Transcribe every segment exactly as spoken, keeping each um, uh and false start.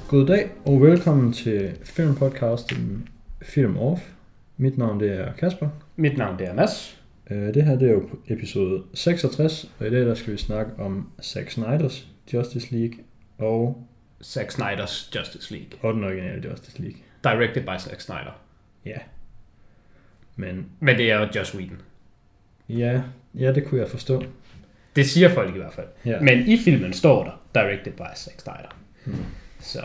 God dag og velkommen til filmpodcasten Film Off. Mit navn det er Kasper. Mit navn det er Mads. Det her det er jo episode seksogtres, og i dag der skal vi snakke om Zack Snyders Justice League og Zack Snyders Justice League. Og den originale Justice League. Directed by Zack Snyder. Ja. Men Men det er jo Joss Whedon. Ja, ja, det kunne jeg forstå. Det siger folk i hvert fald. Ja. Men i filmen står der Directed by Zack Snyder. Hmm. Så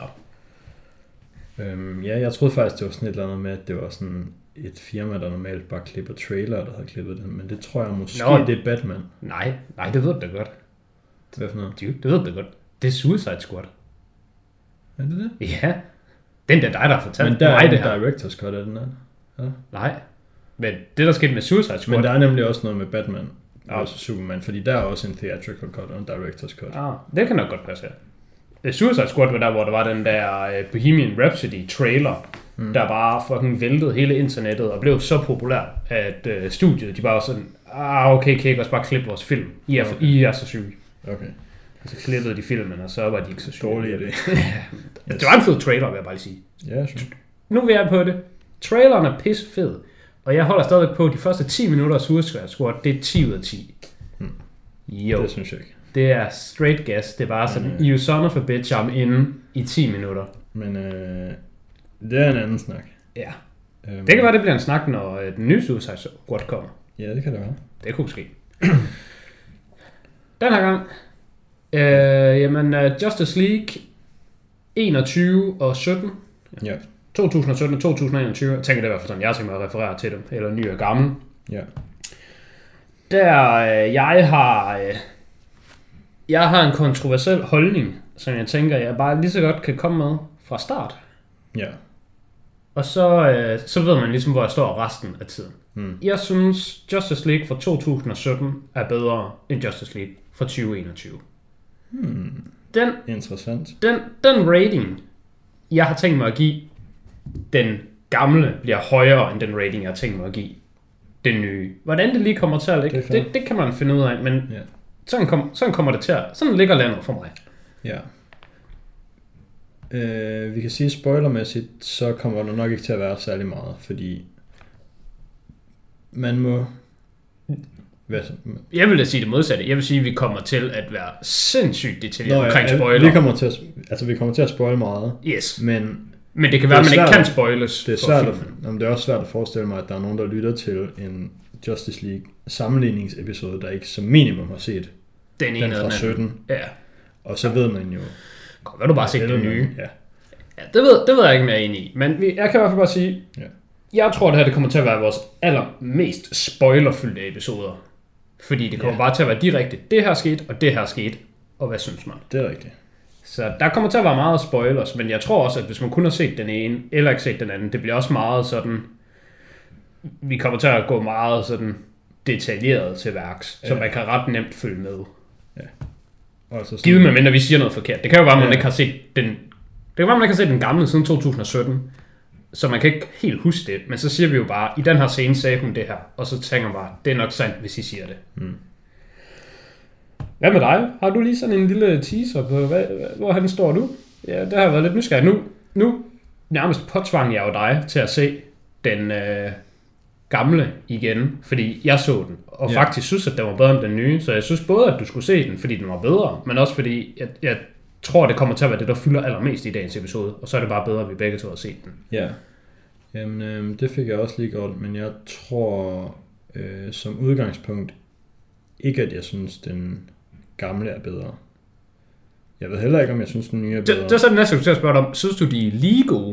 øhm, ja, jeg troede faktisk det var sådan et eller andet med, at det var sådan et firma, der normalt bare klipper trailer, der havde klippet den. Men det tror jeg måske, Nå. det er Batman. nej, nej, det ved du da godt. Hvad for noget? Dude, det ved du da godt. Det er Suicide Squad. Er det det? Ja. Den der dig, der har fortalt Men der mig er det en her. director's cut af den her. Ja. Nej. Men det der skete med Suicide Squad. Men der er nemlig også noget med Batman Ja. og Superman, fordi der er også en theatrical cut og en director's cut. Ah, det kan nok godt passe her. Suicide Squad var der, hvor der var den der uh, Bohemian Rhapsody trailer, mm. der bare fucking væltede hele internettet og blev så populær, at uh, studiet, de bare var sådan, ah okay, kan I ikke også bare klippe vores film? I er, Okay. I er så syge. Okay. Og så klippede de filmen, og så var de ikke så syge. Dårlig idé. Det var en fed trailer, vil jeg bare lige sige. Ja, sure. Nu vil jeg på det. Traileren er pisse fed, og jeg holder stadig på, de første ti minutter af Suicide Squad, det er ti ud af ti. Hmm. Jo. Det synes jeg ikke. Det er straight gas. Det er bare sådan, Mm. you son of a bitch, I'm inde i ti minutter. Men øh, det er en anden snak. Ja. Øhm, Det kan være, det bliver en snak, når øh, den nye Suicide Squad kommer. Ja, det kan det være. Det kunne ske. Den her gang. Øh, jamen, uh, Justice League enogtyve og sytten. Ja. to tusind og sytten og to tusind og enogtyve. Jeg tænker, det er i hvert fald sådan, jeg tænker mig at referere til dem. Eller ny og gammel. Ja. Der, øh, jeg har... Øh, jeg har en kontroversiel holdning, som jeg tænker, jeg bare lige så godt kan komme med fra start. Ja. Og så, øh, så ved man ligesom, hvor jeg står resten af tiden. Hmm. Jeg synes, Justice League fra to tusind og sytten er bedre end Justice League fra tyve enogtyve. Hmm. Den, Interessant. den, den rating, jeg har tænkt mig at give, den gamle bliver højere end den rating, jeg har tænkt mig at give den nye. Hvordan det lige kommer til at ligge, Det det, er det, det kan man finde ud af, men Ja. sådan, kom, sådan kommer det til at, sådan ligger landet for mig. Ja. Øh, vi kan sige spoilermæssigt, så kommer der nok ikke til at være særlig meget, fordi man må... Hvad så? Jeg vil da sige det modsatte. Jeg vil sige, at vi kommer til at være sindssygt detaljeret Nå, ja, omkring ja, spoiler. Vi kommer til at, altså vi kommer til at spoile meget, Yes. men Men det kan Det være, er at man ikke svært- kan spoiles det er for svært at, filmen. jamen, det er også svært at forestille mig, at der er nogen, der lytter til en Justice League sammenligningsepisode, der ikke som minimum har set Den ene den eller fra den anden. sytten, Ja. og så ved man jo... Godt, hvad du bare set den eller- nye. Ja. Ja, det ved, det ved jeg ikke mere enig i. Men vi, jeg kan i hvert fald bare sige, Ja. jeg tror, det her det kommer til at være vores allermest spoilerfyldte episoder. Fordi det kommer Ja. bare til at være direkte. Det her skete, og det her skete. Og hvad synes man? Det er rigtigt. Så der kommer til at være meget spoilers, men jeg tror også, at hvis man kun har set den ene, eller ikke set den anden, det bliver også meget sådan, vi kommer til at gå meget sådan detaljeret til værks, så Ja. man kan ret nemt følge med. Og så sådan- Givet med mindre vi siger noget forkert. Det kan jo være, at man Ja. ikke har set den, det kan være, at man ikke har set den gamle siden to tusind og sytten, så man kan ikke helt huske det, men så siger vi jo bare, i den her scene sagde hun det her, og så tænker man bare, det er nok sandt, hvis I siger det. Mm. Hvad med dig? Har du lige sådan en lille teaser på, hvad, hvor han står nu? Ja, det har jeg været lidt nysgerrig. Nu, nu nærmest påtvang jeg jo dig til at se den øh, gamle igen, fordi jeg så den, og Ja. ja. faktisk synes, at den var bedre end den nye. Så jeg synes både, at du skulle se den, fordi den var bedre, men også fordi, jeg, jeg tror, det kommer til at være det, der fylder allermest i dagens episode, og så er det bare bedre, at vi begge to har set den. Ja. Jamen, øh, det fik jeg også lige godt, men jeg tror øh, som udgangspunkt ikke, at jeg synes, den gamle er bedre. Jeg ved heller ikke, om jeg synes, den nye er Det, bedre. det er så det næste, jeg skal spørge dig om. Synes du, de er lige gode?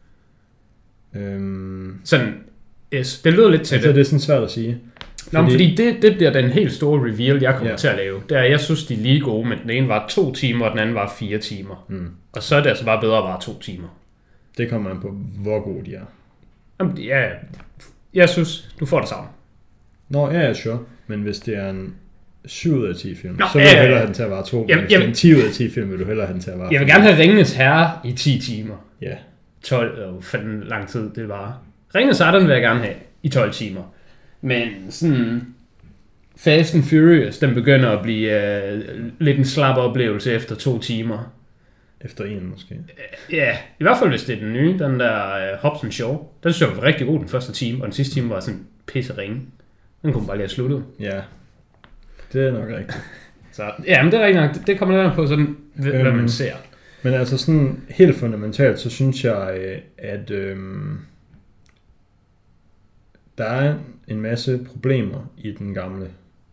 Øhm, Sådan, yes, det lyder lidt til altså, det. det er sådan svært at sige. Nå, fordi, fordi det, det bliver den helt store reveal, jeg kommer Ja. til at lave. Det er, jeg synes, de er lige gode, men den ene var to timer, og den anden var fire timer. Mm. Og så er det altså bare bedre at vare to timer. Det kommer an på, hvor gode de er. Jamen, ja, jeg synes, du får det samme. Nå, ja, ja, sure. Men hvis det er en syv ud af ti film, Nå, så vil ja, du ja, hellere ja. have den til at vare to. Men Jamen, hvis det er jamen- en ti ud af ti film, vil du hellere have den til at vare Jeg vil fire. gerne have Ringenes Herre i ti timer. Ja. tolv, øh, for den lang tid det var. Ringenes Herre, den vil jeg gerne have i tolv timer. Men sådan Fast and Furious, den begynder at blive øh, lidt en slap oplevelse efter to timer. Efter en måske. Ja, i hvert fald hvis det er den nye, den der uh, Hobson Shaw. Den synes jeg var rigtig god den første time, og den sidste time var sådan pisse ringe. Den kunne bare lige have sluttet. Ja, det er nok rigtigt. Så ja, men det er rigtigt nok. Det kommer lidt an på sådan, hvad øhm, man ser. Men altså sådan helt fundamentalt, så synes jeg, at øhm, der er en masse problemer i den gamle.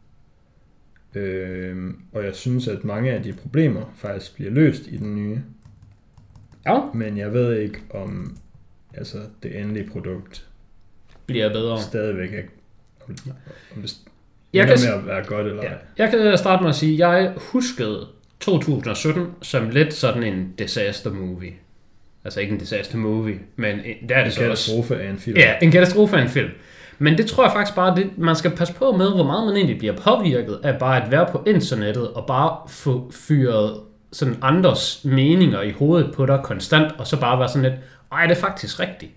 Øhm, og jeg synes, at mange af de problemer faktisk bliver løst i den nye. Ja. Men jeg ved ikke, om altså, det endelige produkt bliver bedre. Stadigvæk er, om, om det jeg kan, med at være godt eller ja, ej. Jeg kan starte med at sige, at jeg huskede to tusind og sytten som lidt sådan en disaster movie. Altså ikke en disaster movie, men der er det en så katastrofe af en film. Ja, en katastrofe af en film. Men det tror jeg faktisk bare, det, man skal passe på med, hvor meget man egentlig bliver påvirket af bare at være på internettet og bare få fyret sådan andres meninger i hovedet på dig konstant, og så bare være sådan lidt, ej, det er faktisk rigtigt.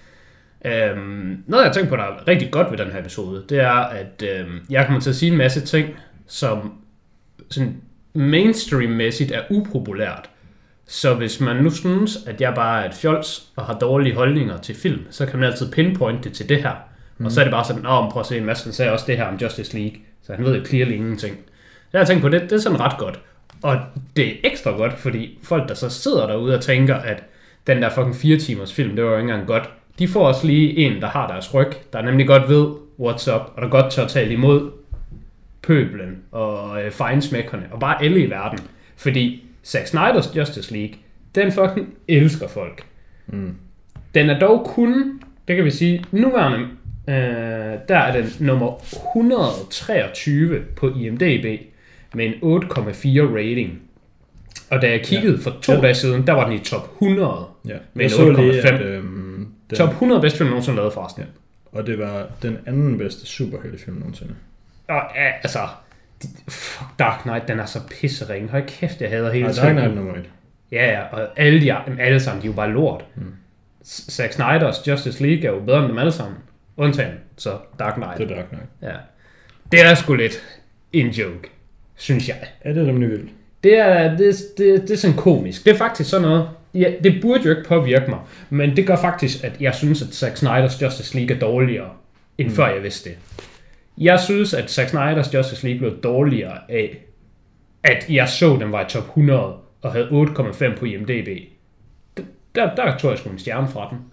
Øhm, noget jeg tænker på, der er rigtig godt ved den her episode, det er, at øhm, jeg kommer til at sige en masse ting, som sådan mainstream-mæssigt er upopulært. Så hvis man nu synes, at jeg bare er et fjols og har dårlige holdninger til film, så kan man altid pinpointe det til det her. Mm. Og så er det bare sådan, åh, prøv at se, Mads, han sagde også det her om Justice League, så han ved jo clearly ingenting. Det har jeg tænkt på, det, det er sådan ret godt. Og det er ekstra godt, fordi folk, der så sidder derude og tænker, at den der fucking fire timers film, det var jo ikke engang godt, de får også lige en, der har deres ryg, der nemlig godt ved, what's up, og der godt tør tale imod pøblen og øh, fejnsmækkerne, og bare alle i verden. Fordi Zack Snyders Justice League, den fucking elsker folk. Mm. Den er dog kun, det kan vi sige, nuværende, øh, der er den nummer et hundrede og treogtyve på I M D B med en otte komma fire rating. Og da jeg kiggede ja. for to ja. dage siden, der var den i top hundrede ja. med en otte komma fem. Øhm, den... Top hundrede bedste film nogensinde lavet forresten. Ja. Og det var den anden bedste superheltefilm nogensinde. Og ja, altså, fuck, Dark Knight, den er så pissering. Hold kæft, jeg hader hele tiden. Dark Knight nummer et. Ja, ja, og alle, de, alle sammen, de er jo bare lort. Hmm. Zack Snyders Justice League er jo bedre end dem alle sammen. Undtagen, så Dark Knight. Det er Dark Knight. Ja. Det er sgu lidt en joke, synes jeg. Ja, det er nemlig vildt. Det er, det, det, det er sådan komisk. Det er faktisk sådan noget, ja, det burde jo ikke påvirke mig, men det gør faktisk, at jeg synes, at Zack Snyders Justice League er dårligere, end mm. før jeg vidste det. Jeg synes, at Zack Snyders Justice League blev dårligere af, at jeg så, den var i top hundrede og havde otte komma fem på I M D B. Der, der tog jeg sgu en stjerne fra den.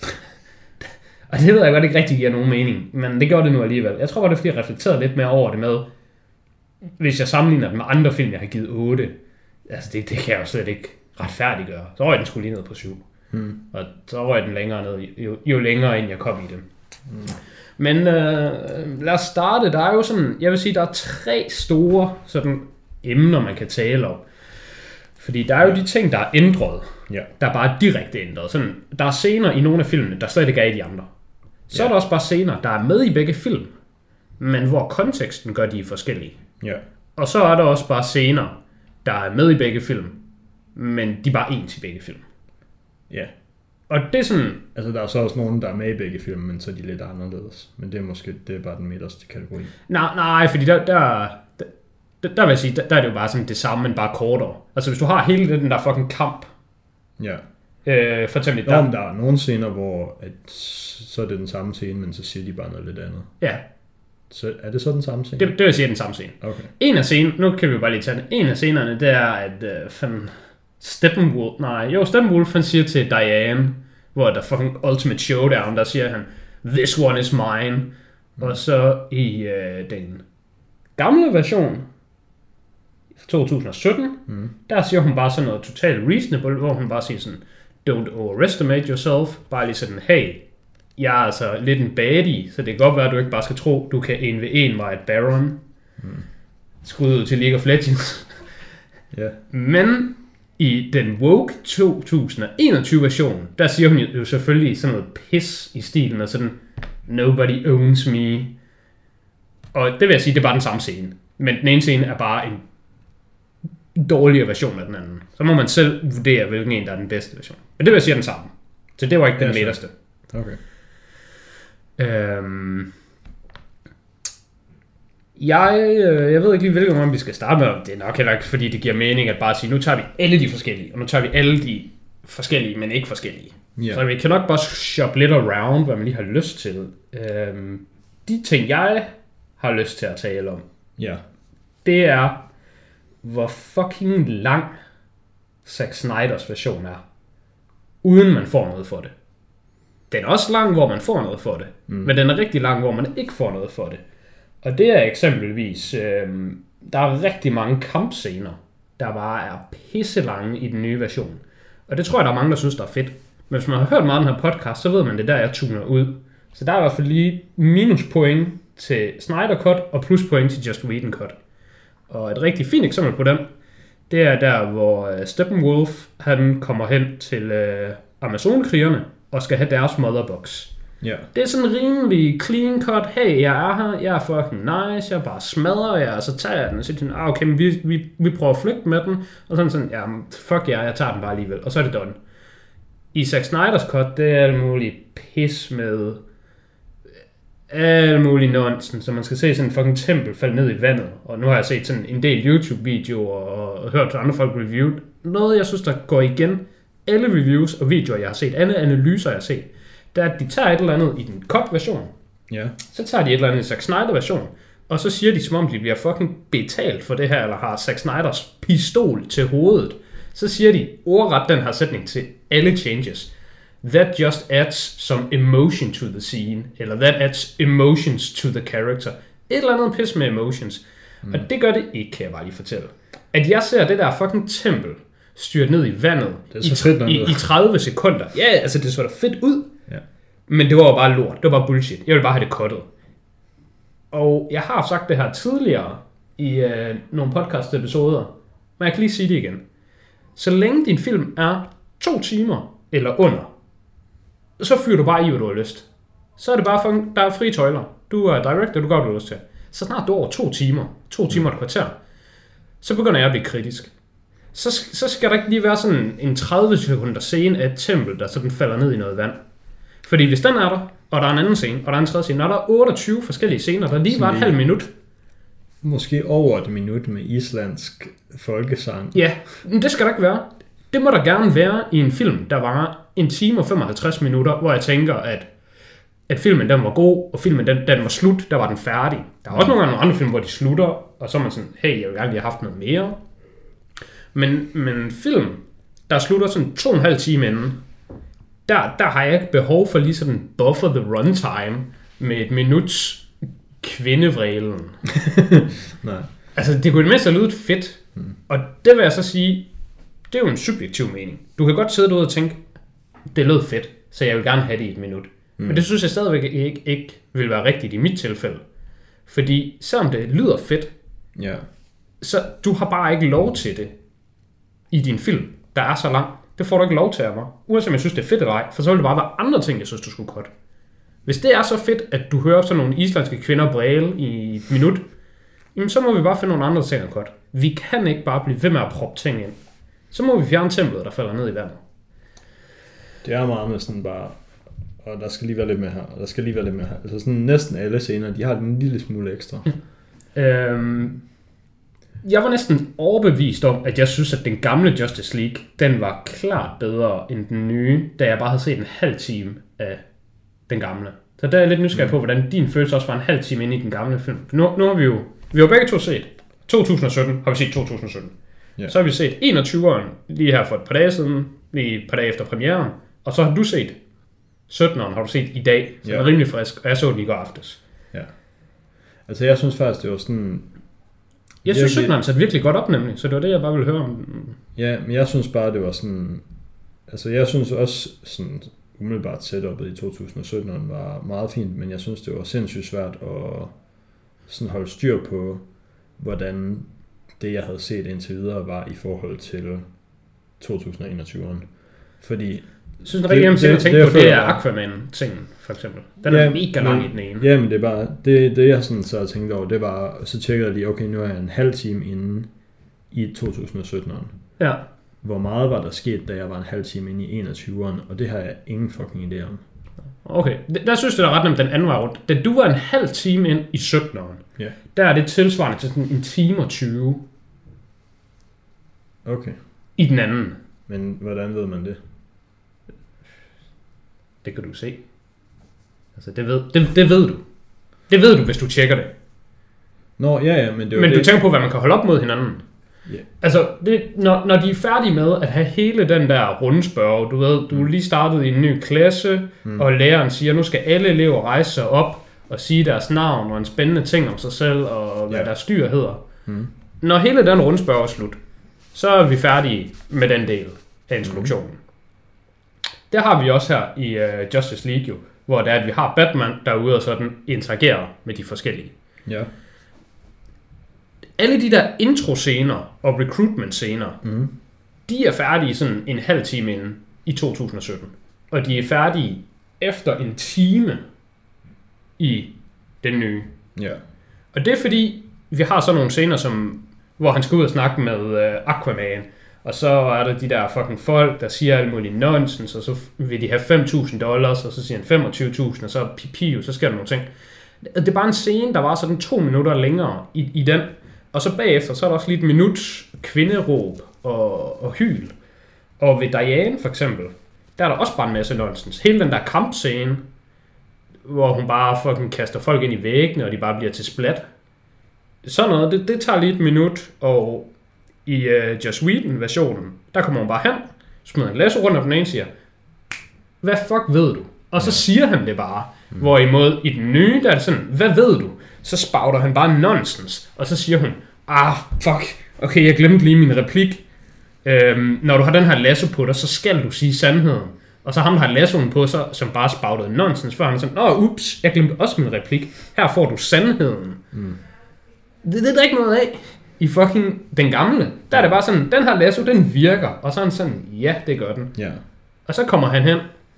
Og det ved jeg godt ikke rigtig giver nogen mening, men det gjorde det nu alligevel. Jeg tror bare, det er fordi, jeg reflekterede lidt mere over det med, hvis jeg sammenligner den med andre film, jeg har givet otte, altså det, det kan jeg jo slet ikke retfærdiggøre. Så røg den skulle lige ned på syv. Hmm. Og så røg den længere ned, jo, jo længere ind jeg kom i den. Hmm. Men øh, lad os starte. Der er jo sådan, jeg vil sige, der er tre store sådan emner, man kan tale om. Fordi der er jo de ting, der er ændret. Ja. Der er bare direkte ændret. Sådan, der er scener i nogle af filmene, der slet ikke er i de andre. Så ja. er der også bare scener, der er med i begge film, men hvor konteksten gør de forskellige. Ja. Og så er der også bare scener, der er med i begge film, men de er bare ens i begge film. Ja. Og det er sådan... Altså, der er så også nogen, der er med i begge film, men så er de lidt anderledes. Men det er måske det er bare den midterste kategori. Nej, nej, fordi der, der, der, der vil jeg sige, der, der er det jo bare sådan det samme, men bare kortere. Altså, hvis du har hele den der fucking kamp... Ja. Øh, for eksempel... Der, der er nogle scener, hvor at, så er det den samme scene, men så siger de bare noget lidt andet. Ja. Så er det så den samme scene? Det, det vil jeg sige, den samme scene. Okay. En af scenen, nu kan vi jo bare lige tage det. En af scenerne, det er, at uh, fan, Steppenwolf, nej, jo, Steppenwolf, han siger til Diane, hvor der fucking Ultimate Showdown, der siger han, this one is mine. Mm. Og så i uh, den gamle version, fra to tusind og sytten, mm. der siger hun bare sådan noget totalt reasonable, hvor hun bare siger sådan, don't overestimate yourself, bare lige sådan, hey, jeg er altså lidt en baddie, så det kan godt være, at du ikke bare skal tro, du kan en ved en mig et Baron. Mm. Skud ud til League of Legends. Yeah. Men i den Woke to tusind og enogtyve version, der siger hun jo selvfølgelig sådan noget pis i stilen, og sådan, nobody owns me. Og det vil jeg sige, det er bare den samme scene. Men den ene scene er bare en dårligere version af den anden. Så må man selv vurdere, hvilken en, der er den bedste version. Men det vil jeg sige er den samme. Så det var ikke den midterste. Okay. Øhm, Jeg, øh, jeg ved ikke lige, hvilken om vi skal starte med. Det er nok heller ikke, fordi det giver mening at bare sige, nu tager vi alle de forskellige, og nu tager vi alle de forskellige, men ikke forskellige. Yeah. Så vi kan nok bare shoppe lidt around, hvad man lige har lyst til. Øhm, de ting, jeg har lyst til at tale om, yeah. det er, hvor fucking lang Zack Snyders version er, uden man får noget for det. Den er også lang, hvor man får noget for det, mm. men den er rigtig lang, hvor man ikke får noget for det. Og det er eksempelvis, øh, der er rigtig mange kampscener, der bare er pisselange i den nye version. Og det tror jeg, der er mange, der synes, der er fedt. Men hvis man har hørt meget af den her podcast, så ved man, det der, jeg tuner ud. Så der er i hvert fald lige minuspoint til Snyder Cut og pluspoint til Just Whedon Cut. Og et rigtig fint eksempel på den, det er der, hvor Steppenwolf, han kommer hen til øh, Amazon-krigerne og skal have deres motherbox. Yeah. Det er sådan en rimelig clean cut. Hey, jeg er her, jeg er fucking nice, jeg bare smadrer jer, og så tager jeg den og siger sådan, ah, okay, men vi, vi, vi prøver at flygte med den, og sådan sådan, ja, fuck jer, jeg tager den bare alligevel, og så er det done. I Zack Snyders cut, det er alt muligt pis med alt muligt nonsens, så man skal se sådan en fucking tempel falde ned i vandet, og nu har jeg set sådan en del YouTube-videoer og, og hørt andre folk review. Noget, jeg synes, der går igen, alle reviews og videoer, jeg har set, alle analyser, jeg har set, det er, at de tager et eller andet i den cut-version, yeah. så tager de et eller andet i Zack Snyder-version, og så siger de, som om de bliver fucking betalt for det her, eller har Zack Snyders pistol til hovedet. Så siger de ordret den her sætning til alle changes. That just adds some emotion to the scene, eller that adds emotions to the character. Et eller andet pis med emotions. Mm. Og det gør det ikke, kan jeg bare lige fortælle. At jeg ser det der fucking tempel styrt ned i vandet det er så fedt, i, i, i tredive sekunder. Ja, altså det så da fedt ud. Ja. Men det var jo bare lort. Det var bare bullshit. Jeg ville bare have det cuttet. Og jeg har sagt det her tidligere i øh, nogle podcast-episoder. Men jeg kan lige sige det igen. Så længe din film er to timer eller under, så fyrer du bare i, hvad du har lyst. Så er det bare, for, der er frie tøjler. Du er director, du gør, hvad du har lyst til. Så snart du er over to timer, to timer og et kvarter, så begynder jeg at blive kritisk. Så, så skal der ikke lige være sådan en tredive sekunder scene af et tempel, der sådan falder ned i noget vand. Fordi hvis den er der, og der er en anden scene, og der er en tredje scene, og der er otteogtyve forskellige scener, der lige var et halvt minut. Måske over et minut med islandsk folkesang. Ja, men det skal der ikke være. Det må der gerne være i en film, der var en time og femoghalvtreds minutter, hvor jeg tænker, at, at filmen den var god, og filmen den, den var slut, der var den færdig. Der er også nogle gange andre film, hvor de slutter, og så er man sådan, hey, jeg vil gerne lige have haft noget mere. Men, men film, der slutter sådan to og en halv time inden, der, der har jeg ikke behov for lige sådan buffer the runtime med et minuts kvindevrælen. Nej. Altså, det kunne i det mindste have lydet fedt. Hmm. Og det vil jeg så sige, det er jo en subjektiv mening. Du kan godt sidde derude og tænke, det lød fedt, så jeg vil gerne have det i et minut. Hmm. Men det synes jeg stadigvæk ikke, ikke vil være rigtigt i mit tilfælde. Fordi selvom det lyder fedt, yeah. så du har bare ikke lov til det i din film, der er så lang. Det får du ikke lov til af mig. Uanset om jeg synes, det er fedt eller ej, for så vil det bare være andre ting, jeg synes, du skulle cut. Hvis det er så fedt, at du hører sådan nogle islandske kvinder bræle i et minut, jamen så må vi bare finde nogle andre ting at cut. Vi kan ikke bare blive ved med at proppe ting ind. Så må vi fjerne templet, der falder ned i vandet. Det er meget med sådan bare, og der skal lige være lidt med her, og der skal lige være lidt med her. Altså sådan næsten alle scener, de har en lille smule ekstra. øhm, jeg var næsten overbevist om, at jeg synes, at den gamle Justice League, den var klart bedre end den nye, da jeg bare havde set en halv time af den gamle. Så der er jeg lidt nysgerrig på, hvordan din følelse også var en halv time inde i den gamle film. Nu, nu har vi jo, vi har begge to set to tusind og sytten, har vi set to tusind og sytten. Yeah. Så har vi set enogtyveren lige her for et par dage siden, lige et par dage efter premieren, og så har du set sytteren, har du set i dag, så yeah. Den er rimelig frisk, og jeg så den i går aftes. Ja. Altså jeg synes faktisk, det var sådan... Jeg synes sytteren satte virkelig godt op nemlig, så det var det, jeg bare ville høre om. Ja, men jeg synes bare, det var sådan... Altså jeg synes også sådan... umiddelbart setupet i to tusind og sytten var meget fint, men jeg synes, det var sindssygt svært at sådan holde styr på, hvordan det, jeg havde set indtil videre, var i forhold til to tusind og enogtyve. Fordi... Jeg synes, det er rigtig at tænke på, det er Aquaman-tingen, for eksempel. Den er ja, mega lang men, i den ene. Ja, men det er bare... Det, det jeg sådan så tænkte over, det var... Så tjekkede jeg lige, okay, nu er jeg en halv time inde i to tusind og sytten. Ja. Hvor meget var der sket, da jeg var en halv time inde i enogtyveren, og det har jeg ingen fucking idé om. Okay, der synes jeg, det er ret nemt den anden vej rundt. Da du var en halv time ind i sytteneren, Ja. der er det tilsvarende til sådan en time og tyve Okay. i den anden. Men hvordan ved man det? Det kan du se. Altså, det ved, det, det ved du. Det ved du, hvis du tjekker det. Nå, ja, ja, men det var Men det. du tænker på, hvad man kan holde op mod hinanden. Yeah. Altså, det, når, når de er færdige med at have hele den der rundspørg, du ved, du er lige startet i en ny klasse, mm. og læreren siger, nu skal alle elever rejse sig op og sige deres navn og en spændende ting om sig selv og hvad yeah. deres styr hedder. Mm. Når hele den rundspørg er slut, så er vi færdige med den del af introduktionen. Mm. Det har vi også her i uh, Justice League jo, hvor det er, at vi har Batman derude og sådan interagerer med de forskellige. Ja. Alle de der intro-scener og recruitment-scener, mm. de er færdige sådan en halv time inden i to tusind og sytten. Og de er færdige efter en time i den nye. Ja. Og det er fordi, vi har sådan nogle scener, som, hvor han skal ud og snakke med uh, Aquaman. Og så er der de der fucking folk, der siger alt muligt nonsens, og så vil de have fem tusind dollars, og så siger han femogtyve tusind, og så pipi, så sker der nogle ting. Det er bare en scene, der var sådan to minutter længere i, i den. Og så bagefter, så er der også lige et minuts kvinderåb og, og hyl. Og ved Diane for eksempel, der er der også bare en masse nonsens. Hele den der kampscene, hvor hun bare fucking kaster folk ind i væggene, og de bare bliver til splat. Sådan noget, det, det tager lige et minut, og i uh, Joss Whedon-versionen, der kommer hun bare hen, smider en lasso rundt om den ene og siger, hvad fuck ved du? Og så siger han det bare. Mm. Hvorimod i den nye, der er det sådan, hvad ved du? Så spouter han bare nonsens, og så siger hun, ah, fuck, okay, jeg glemte lige min replik. Øhm, når du har den her lasso på dig, så skal du sige sandheden. Og så ham, der har lassoen på sig, som bare spoutede nonsens, før han er sådan, åh, ups, jeg glemte også min replik. Her får du sandheden. Mm. Det, det er der ikke noget af i fucking den gamle. Der er det bare sådan, den her lasso, den virker. Og så er han sådan, ja, det gør den. Yeah. Og så kommer han hen,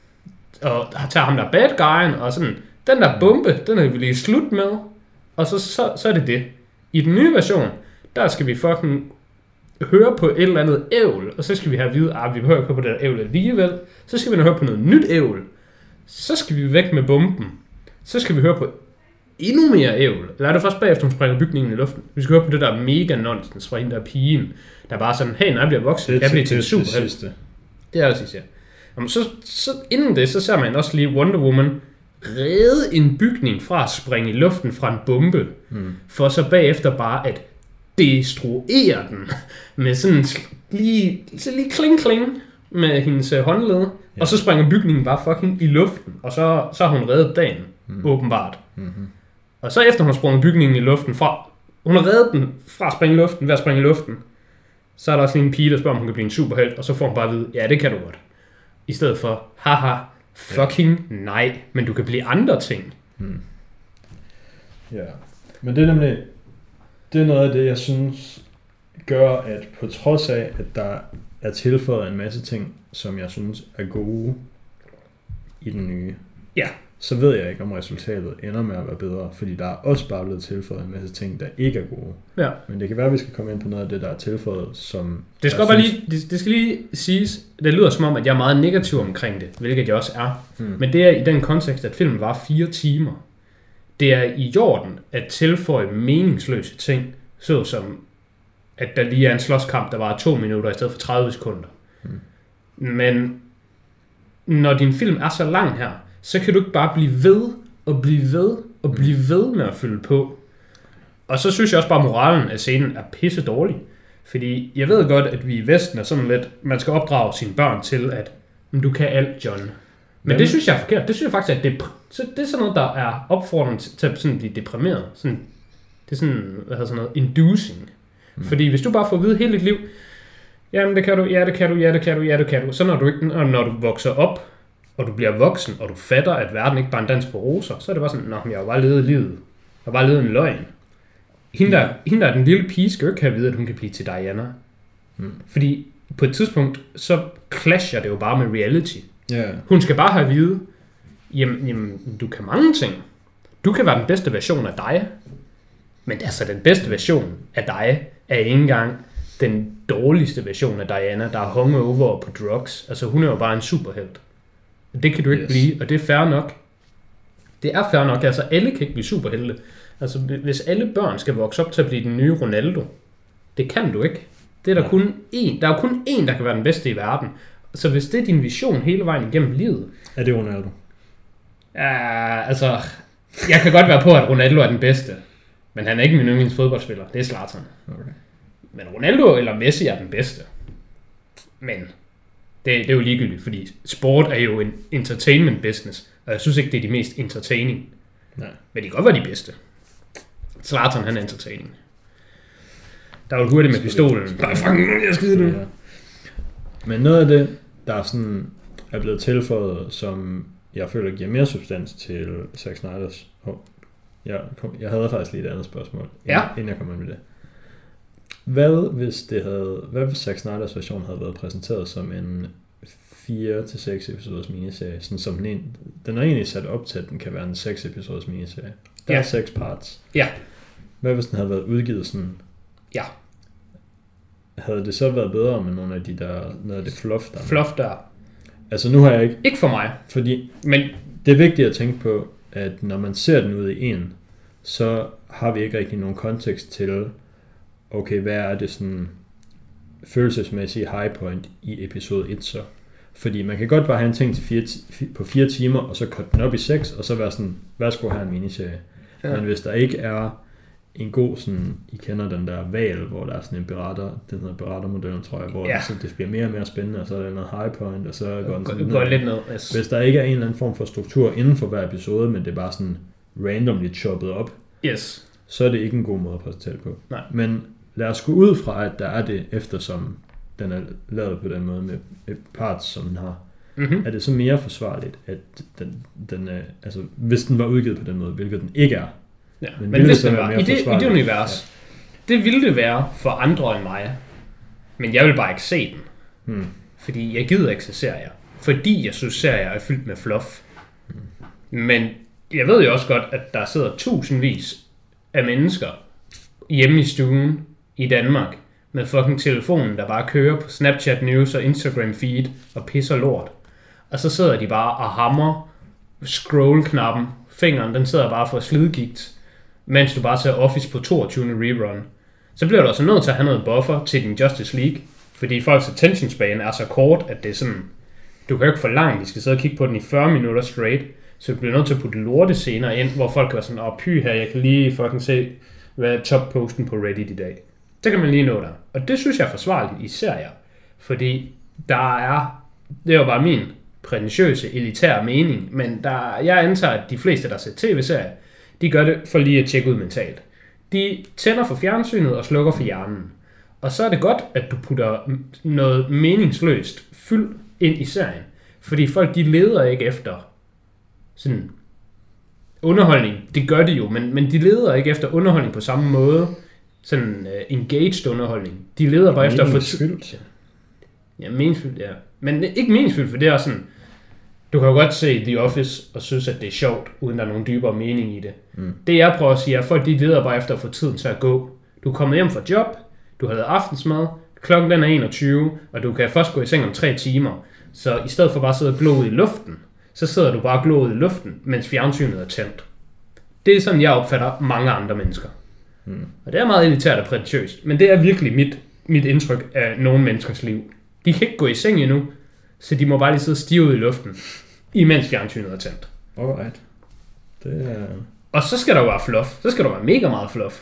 og tager ham der bad guyen, og sådan, den der bombe, den er vi lige slut med. Og så, så, så er det det. I den nye version, der skal vi fucking høre på et eller andet ævl, og så skal vi have at vide, at vi behøver ikke høre på det der ævl alligevel. Så skal vi høre på noget nyt ævl. Så skal vi væk med bomben. Så skal vi høre på endnu mere ævl. Eller er det først bagefter, hun springer bygningen i luften? Vi skal høre på det der mega nonsens fra hende der pigen, der bare sådan, hey, når jeg bliver voksen, det, jeg bliver til en det, superhelt. Det er det sidste, ja. Jamen, så, så inden det, så ser man også lige Wonder Woman redde en bygning fra at springe i luften fra en bombe, hmm. for så bagefter bare at destruere den med sådan lige, så lige kling kling med hendes håndled, ja. Og så springer bygningen bare fucking i luften, og så, så har hun reddet dagen, hmm. åbenbart. Hmm. Og så efter hun har sprunget bygningen i luften fra, hun har reddet den fra at springe i luften, ved at springe i luften, så er der også lige en pige, der spørger, om hun kan blive en superhelt, og så får hun bare at vide, ja, det kan du godt. I stedet for, haha, fucking nej, men du kan blive andre ting. Hmm. Ja, men det er nemlig, det er noget af det, jeg synes, gør, at på trods af, at der er tilføjet en masse ting, som jeg synes er gode i den nye, ja. så ved jeg ikke, om resultatet ender med at være bedre, fordi der er også bare blevet tilføjet en masse ting, der ikke er gode. Ja. Men det kan være, at vi skal komme ind på noget af det, der er tilføjet, som... Det skal, bare lige, det, det skal lige siges, det lyder som om, at jeg er meget negativ omkring det, hvilket jeg også er. Hmm. Men det er i den kontekst, at filmen var fire timer. Det er i jorden at tilføje meningsløse ting, såsom at der lige er en slåskamp, der var to minutter i stedet for tredive sekunder. Hmm. Men når din film er så lang her, så kan du ikke bare blive ved og blive ved og blive ved med at fylde på. Og så synes jeg også bare, at moralen af scenen er pisse dårlig. Fordi jeg ved godt, at vi i Vesten er sådan lidt, man skal opdrage sine børn til, at du kan alt, John. Men, Men det synes jeg er forkert. Det synes jeg faktisk, at det, det er sådan noget, der er opfordrende til at sådan blive deprimeret. Sådan, det er sådan, hvad hedder sådan noget, inducing. Mm. Fordi hvis du bare får at vide hele dit liv, jamen det kan du, ja det kan du, ja det kan du, ja det kan du. Så når du, ikke, når du vokser op, og du bliver voksen, og du fatter, at verden ikke bare er en dans på roser, så er det bare sådan, nå, jeg har bare levet livet. Jeg har bare levet en løgn. Hende der, hende der den lille pige, skal jo ikke have at vide, at hun kan blive til Diana. Hmm. Fordi på et tidspunkt, så clasher det jo bare med reality. Yeah. Hun skal bare have at vide, jamen, jamen, du kan mange ting. Du kan være den bedste version af dig, men altså den bedste version af dig, er ikke engang den dårligste version af Diana, der er hungover på drugs. Altså hun er jo bare en superhelt. Det kan du ikke yes. blive, og det er fair nok. Det er fair nok, altså alle kan ikke blive superhelte. Altså hvis alle børn skal vokse op til at blive den nye Ronaldo, det kan du ikke. Det er der ja. kun én, der er kun én, der kan være den bedste i verden. Så hvis det er din vision hele vejen igennem livet... Er det Ronaldo? Ja, altså... Jeg kan godt være på, at Ronaldo er den bedste. Men han er ikke min yndlings fodboldspiller. Det er Zlatan. Okay. Men Ronaldo eller Messi er den bedste. Men det, det er jo ligegyldigt, fordi sport er jo en entertainment business. Og jeg synes ikke, det er de mest entertaining. Nej. Men de kan godt være de bedste. Zlatan, han er entertaining. Der er jo hurtigt med pistolen. Der er fangen, jeg skider nu. Ja. Men noget af det, der sådan er blevet tilføjet, som jeg føler giver mere substans til Zack Snyders. Oh, jeg, kom, jeg havde faktisk lige et andet spørgsmål, ja. inden jeg kom ind med det. Hvad hvis det havde, hvad hvis Zack Snyders version havde været præsenteret som en fire til seks episoders miniserie, sådan som den, en, den er egentlig sat op til, at den kan være en seks episoders miniserie. Der ja. er seks parts. Ja. Hvad hvis den havde været udgivet sådan? Ja. Havde det så været bedre med nogle af de der, noget af det fluff der? Fluff der. Altså nu har jeg ikke... Ikke for mig. Fordi men det er vigtigt at tænke på, at når man ser den ud i en, så har vi ikke rigtig nogen kontekst til, okay, hvad er det sådan følelsesmæssige high point i episode et så? Fordi man kan godt bare have en ting til fire, på fire timer, og så korte den op i seks, og så være sådan, værsgo her en miniserie. Ja. Men hvis der ikke er en god sådan, I kender den der val, hvor der er sådan en berater, den hedder beratermodellen, tror jeg, hvor ja. det, så det bliver mere og mere spændende, og så er der noget high point, og så går den sådan går lidt ned. Yes. Hvis der ikke er en eller anden form for struktur inden for hver episode, men det er bare sådan randomly choppet op, yes. så er det ikke en god måde at præsentere det på. Nej. Men lad os gå ud fra, at der er det, eftersom den er lavet på den måde med parts, som den har. Mm-hmm. Er det så mere forsvarligt, at den, den er, altså hvis den var udgivet på den måde, hvilket den ikke er, ja. Men, men hvis det var, i det, i det univers, ja. det ville det være for andre end mig. Men jeg vil bare ikke se den. Hmm. Fordi jeg gider ikke se serier. Fordi jeg synes, serier er fyldt med fluff. Hmm. Men jeg ved jo også godt, at der sidder tusindvis af mennesker hjemme i stuen i Danmark med fucking telefonen, der bare kører på Snapchat News og Instagram feed og pisser lort. Og så sidder de bare og hammer scroll-knappen. Fingeren, den sidder bare for slidgigt, mens du bare ser Office på toogtyvende rerun. Så bliver du også nødt til at have noget buffer til din Justice League, fordi folks attention span er så kort, at det er sådan, du kan jo ikke forlange, de skal sidde og kigge på den i fyrre minutter straight, så du bliver nødt til at putte lortescener ind, hvor folk kan være sådan, åh oh, py her, jeg kan lige fucking se, hvad er top-posten på Reddit i dag. Det kan man lige nå der. Og det synes jeg er forsvarligt i serier, fordi der er, det er jo bare min prætentiøse, elitære mening, men der, jeg antager, at de fleste, der ser tv-serier, de gør det for lige at tjekke ud mentalt. De tænder for fjernsynet og slukker for hjernen. Og så er det godt, at du putter noget meningsløst fyld ind i serien. Fordi folk, de leder ikke efter sådan underholdning. Det gør de jo, men, men de leder ikke efter underholdning på samme måde. Sådan uh, engaged underholdning. De leder bare efter... Meningsfyldt. Ja, meningsfyldt, ja. Men ikke meningsfyldt, for det er sådan... Du kan jo godt se The Office og synes, at det er sjovt, uden der er nogen dybere mening i det. Mm. Det jeg prøver at sige er, at folk de leder bare efter at få tiden til at gå. Du er kommet hjem fra job, du har lavet aftensmad, klokken den er enogtyve, og du kan først gå i seng om tre timer. Så i stedet for bare at sidde og glo ud i luften, så sidder du bare og glo ud i luften, mens fjernsynet er tændt. Det er sådan, jeg opfatter mange andre mennesker. Mm. Og det er meget elitært og prætentiøst, men det er virkelig mit, mit indtryk af nogle menneskers liv. De kan ikke gå i seng endnu, så de må bare lige sidde stive ud i luften, imens fjernsynet er tændt. Alright. Det er... Og så skal der jo være fluff. Så skal der være mega meget fluff.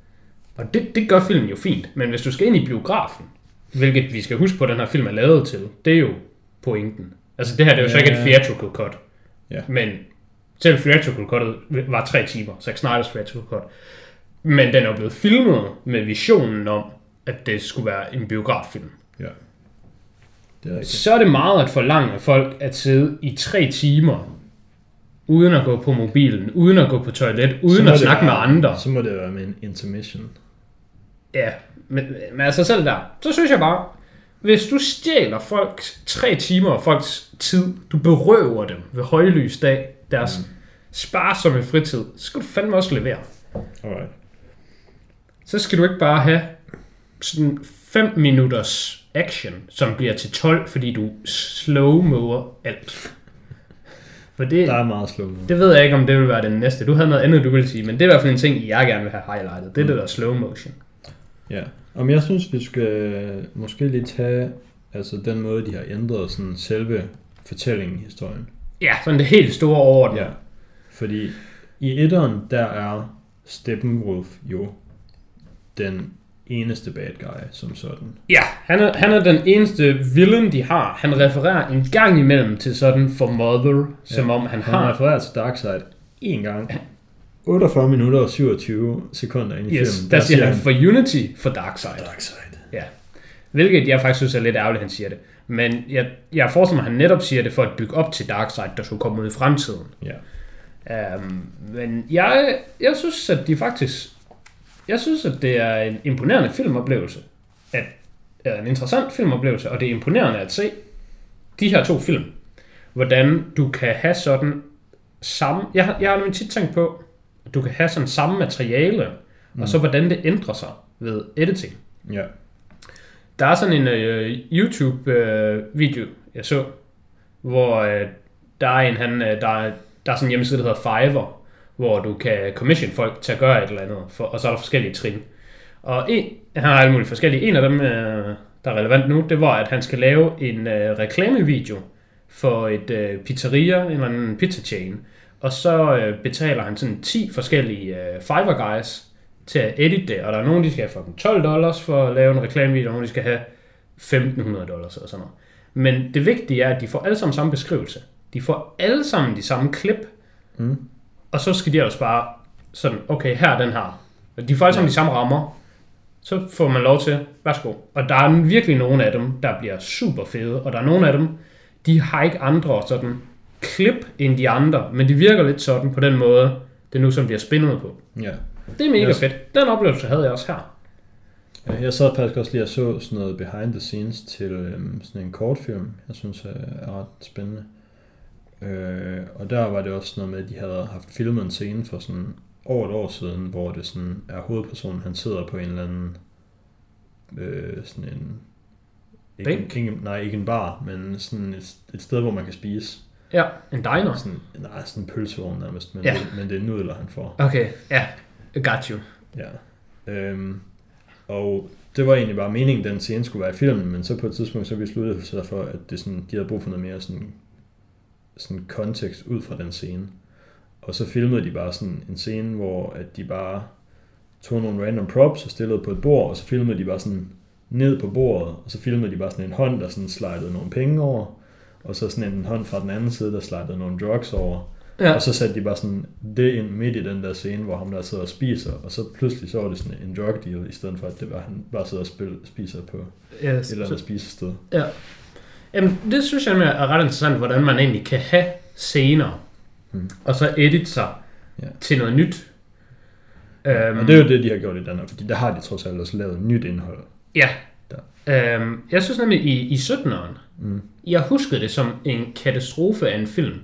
Og det, det gør filmen jo fint. Men hvis du skal ind i biografen, hvilket vi skal huske på, at den her film er lavet til, det er jo pointen. Altså det her, det er jo ja. så ikke et theatrical cut. Ja. Men selv theatrical cuttet var tre timer. Zack Snyders theatrical cut. Men den er jo blevet filmet med visionen om, at det skulle være en biograffilm. Ja. Det er så er det meget at forlange af folk at sidde i tre timer, uden at gå på mobilen, uden at gå på toilet, uden at snakke være, med andre. Så må det være med en intermission. Ja, men, men altså selv der, så synes jeg bare, hvis du stjæler folks tre timer af folks tid, du berøver dem ved højlys dag, deres mm. sparsomme fritid, så skal du fandme også levere. Alright. Så skal du ikke bare have sådan fem minutters action, som bliver til tolv, fordi du slow-mover alt. For det, der er meget slow motion. Det ved jeg ikke, om det vil være den næste. Du havde noget andet, du ville sige, men det er i hvert fald en ting, jeg gerne vil have highlightet. Det er mm. det der slow motion. Ja, om jeg synes, vi skal måske lige tage altså den måde, de har ændret sådan selve fortællingen i historien. Ja, sådan det helt store orden. Ja, fordi i etteren, der er Steppenwolf jo den eneste bad guy som sådan. Ja, han er, han er den eneste villain, de har. Han refererer en gang imellem til sådan for Mother, som ja, om han, han har... Han refererer til Darkseid en gang. otteogfyrre minutter og syvogtyve sekunder ind i yes, filmen. Der, der siger han for Unity for Darkseid. Darkseid. Ja. Hvilket jeg faktisk synes er lidt ærgerligt, han siger det. Men jeg, jeg forestiller mig, at han netop siger det for at bygge op til Darkseid, der skulle komme ud i fremtiden. Ja. Um, men jeg, jeg synes, at de faktisk... Jeg synes, at det er en imponerende filmoplevelse. At, er en interessant filmoplevelse, og det er imponerende at se de her to film. Hvordan du kan have sådan samme... Jeg har, jeg har nemlig tit tænkt på, at du kan have sådan samme materiale, mm. og så hvordan det ændrer sig ved editing. Ja. Der er sådan en uh, YouTube-video, uh, jeg så, hvor uh, der er en, han, uh, der, er, der er sådan en hjemmeside, der hedder Fiverr, hvor du kan commission folk til at gøre et eller andet, for, og så er der forskellige trin. Og en, han har alle mulige forskellige. En af dem, uh, der er relevant nu, det var, at han skal lave en uh, reklamevideo for et uh, pizzeria, en eller anden pizza chain, og så uh, betaler han sådan ti forskellige uh, Fiverr guys til at edite det, og der er nogen, de skal have for tolv dollars for at lave en reklamevideo, og nogen, de skal have femten hundrede dollars eller sådan noget. Men det vigtige er, at de får alle sammen samme beskrivelse. De får alle sammen de samme klip, mm. og så skal de altså bare sådan, okay, her er den her. De får alle sammen ja. de samme rammer, så får man lov til, værsgo. Og der er virkelig nogle af dem, der bliver super fede, og der er nogle af dem, de har ikke andre sådan klip end de andre, men de virker lidt sådan på den måde, det er nu, som bliver spændet på. Ja. Det er mega jeg... fedt. Den oplevelse havde jeg også her. Jeg sad faktisk også lige og så sådan noget behind the scenes til øhm, sådan en kortfilm, jeg synes er ret spændende. Øh, og der var det også noget med, at de havde haft filmet en scene for sådan over et år siden, hvor det sådan er hovedpersonen, han sidder på en eller anden øh, sådan en ikke, ikke, nej, ikke en bar, men sådan et, et sted, hvor man kan spise. Ja, en diner. Sådan, nej, sådan en pølsevogn nærmest, men, ja. det, men det er nudler, han får. Okay, ja, yeah. Got you. Ja, øhm, og det var egentlig bare meningen, at den scene skulle være i filmen, men så på et tidspunkt, så besluttede sig for, at det sådan, de havde brug for noget mere sådan, sådan kontekst ud fra den scene. Og så filmede de bare sådan en scene, hvor at de bare tog nogle random props og stillede på et bord, og så filmede de bare sådan ned på bordet, og så filmede de bare sådan en hånd, der sådan slidede nogle penge over, og så sådan en hånd fra den anden side, der slidede nogle drugs over. Ja. Og så satte de bare sådan det ind midt i den der scene, hvor ham der sidder og spiser, og så pludselig så var det sådan en drug deal, i stedet for at det var, han bare sidder og spil, spiser på yes, et eller andet spisested. Ja. Jamen, det synes jeg er ret interessant, hvordan man egentlig kan have scener, hmm. og så edit sig ja. til noget nyt. Ja, um, og det er jo det, de har gjort i Danmark, fordi der har de trods alt også lavet nyt indhold. Ja. Um, jeg synes nemlig, i, i sytteneren, mm. jeg huskede det som en katastrofe af en film,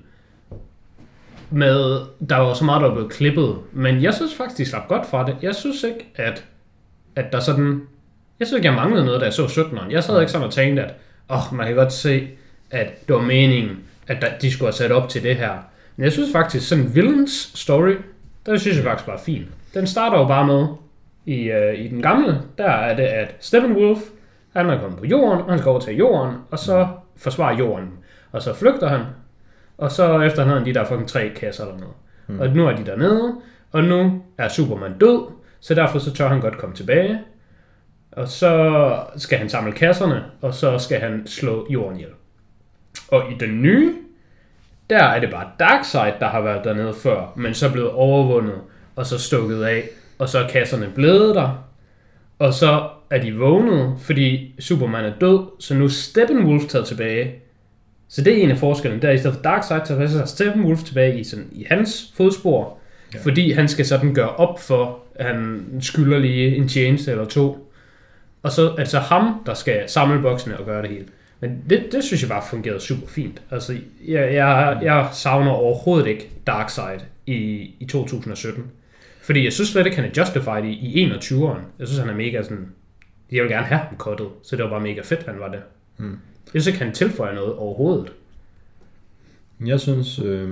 med, der var så meget, der var blevet klippet, men jeg synes faktisk, de slap godt fra det. Jeg synes ikke, at, at der sådan, jeg synes ikke, jeg manglede noget, da jeg så sytteneren. Jeg sad ikke sådan og tænkte, at åh, oh, man kan godt se, at det var meningen, at der, de skulle have sat op til det her. Men jeg synes faktisk, sådan en villains story, der synes jeg faktisk bare fint. Den starter jo bare med, i, uh, i den gamle, der er det, at Steppenwolf, han er kommet på jorden, og han skal overtage jorden, og så forsvarer jorden. Og så flygter han, og så efter han havde de der fucking tre kasser eller noget. Mm. Og nu er de dernede, og nu er Superman død, så derfor så tør han godt komme tilbage. Og så skal han samle kasserne, og så skal han slå jorden ihjel. Og i den nye, der er det bare Darkseid, der har været dernede før, men så blevet overvundet, og så stukket af, og så er kasserne blevet der. Og så er de vågnet, fordi Superman er død, så nu er Steppenwolf taget tilbage. Så det er en af forskellene. Der i stedet for Darkseid, så er Steppenwolf tilbage i, sådan, i hans fodspor, ja. Fordi han skal sådan gøre op for, at han skylder lige en tjeneste eller to. Og så er det så ham, der skal samle boksene og gøre det hele. Men det, det synes jeg bare fungerede super fint. Altså, jeg, jeg, jeg savner overhovedet ikke Darkseid i, i to tusind og sytten. Fordi jeg synes slet ikke, han er justified i, i enogtyveren. Jeg synes, han er mega sådan... Jeg vil gerne have ham cuttet, så det var bare mega fedt, han var det. Mm. Jeg synes ikke, han tilføjer noget overhovedet. Jeg synes, øh,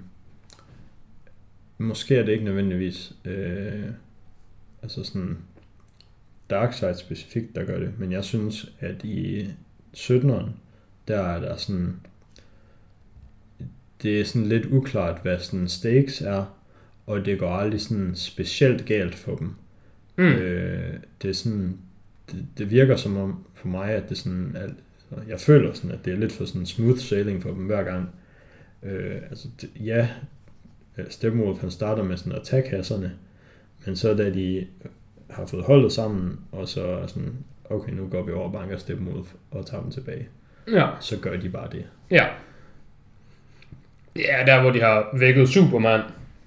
måske er det ikke nødvendigvis, øh, altså sådan Darkseid specifikt, der gør det, men jeg synes, at i sytteren, der er der sådan, det er sådan lidt uklart, hvad sådan stakes er, og det går aldrig sådan specielt galt for dem. Mm. Øh, det er sådan, det, det virker som om for mig, at det sådan, at jeg føler sådan, at det er lidt for sådan smooth sailing for dem hver gang. Øh, altså det, ja, Steppenwolf han starter med sådan attack-hasserne, men så da de har fået holdet sammen, og så er sådan, okay, nu går vi over og banker Steppenwolf og tager dem tilbage. Ja. Så gør de bare det. Ja. Ja, der hvor de har vækket Superman,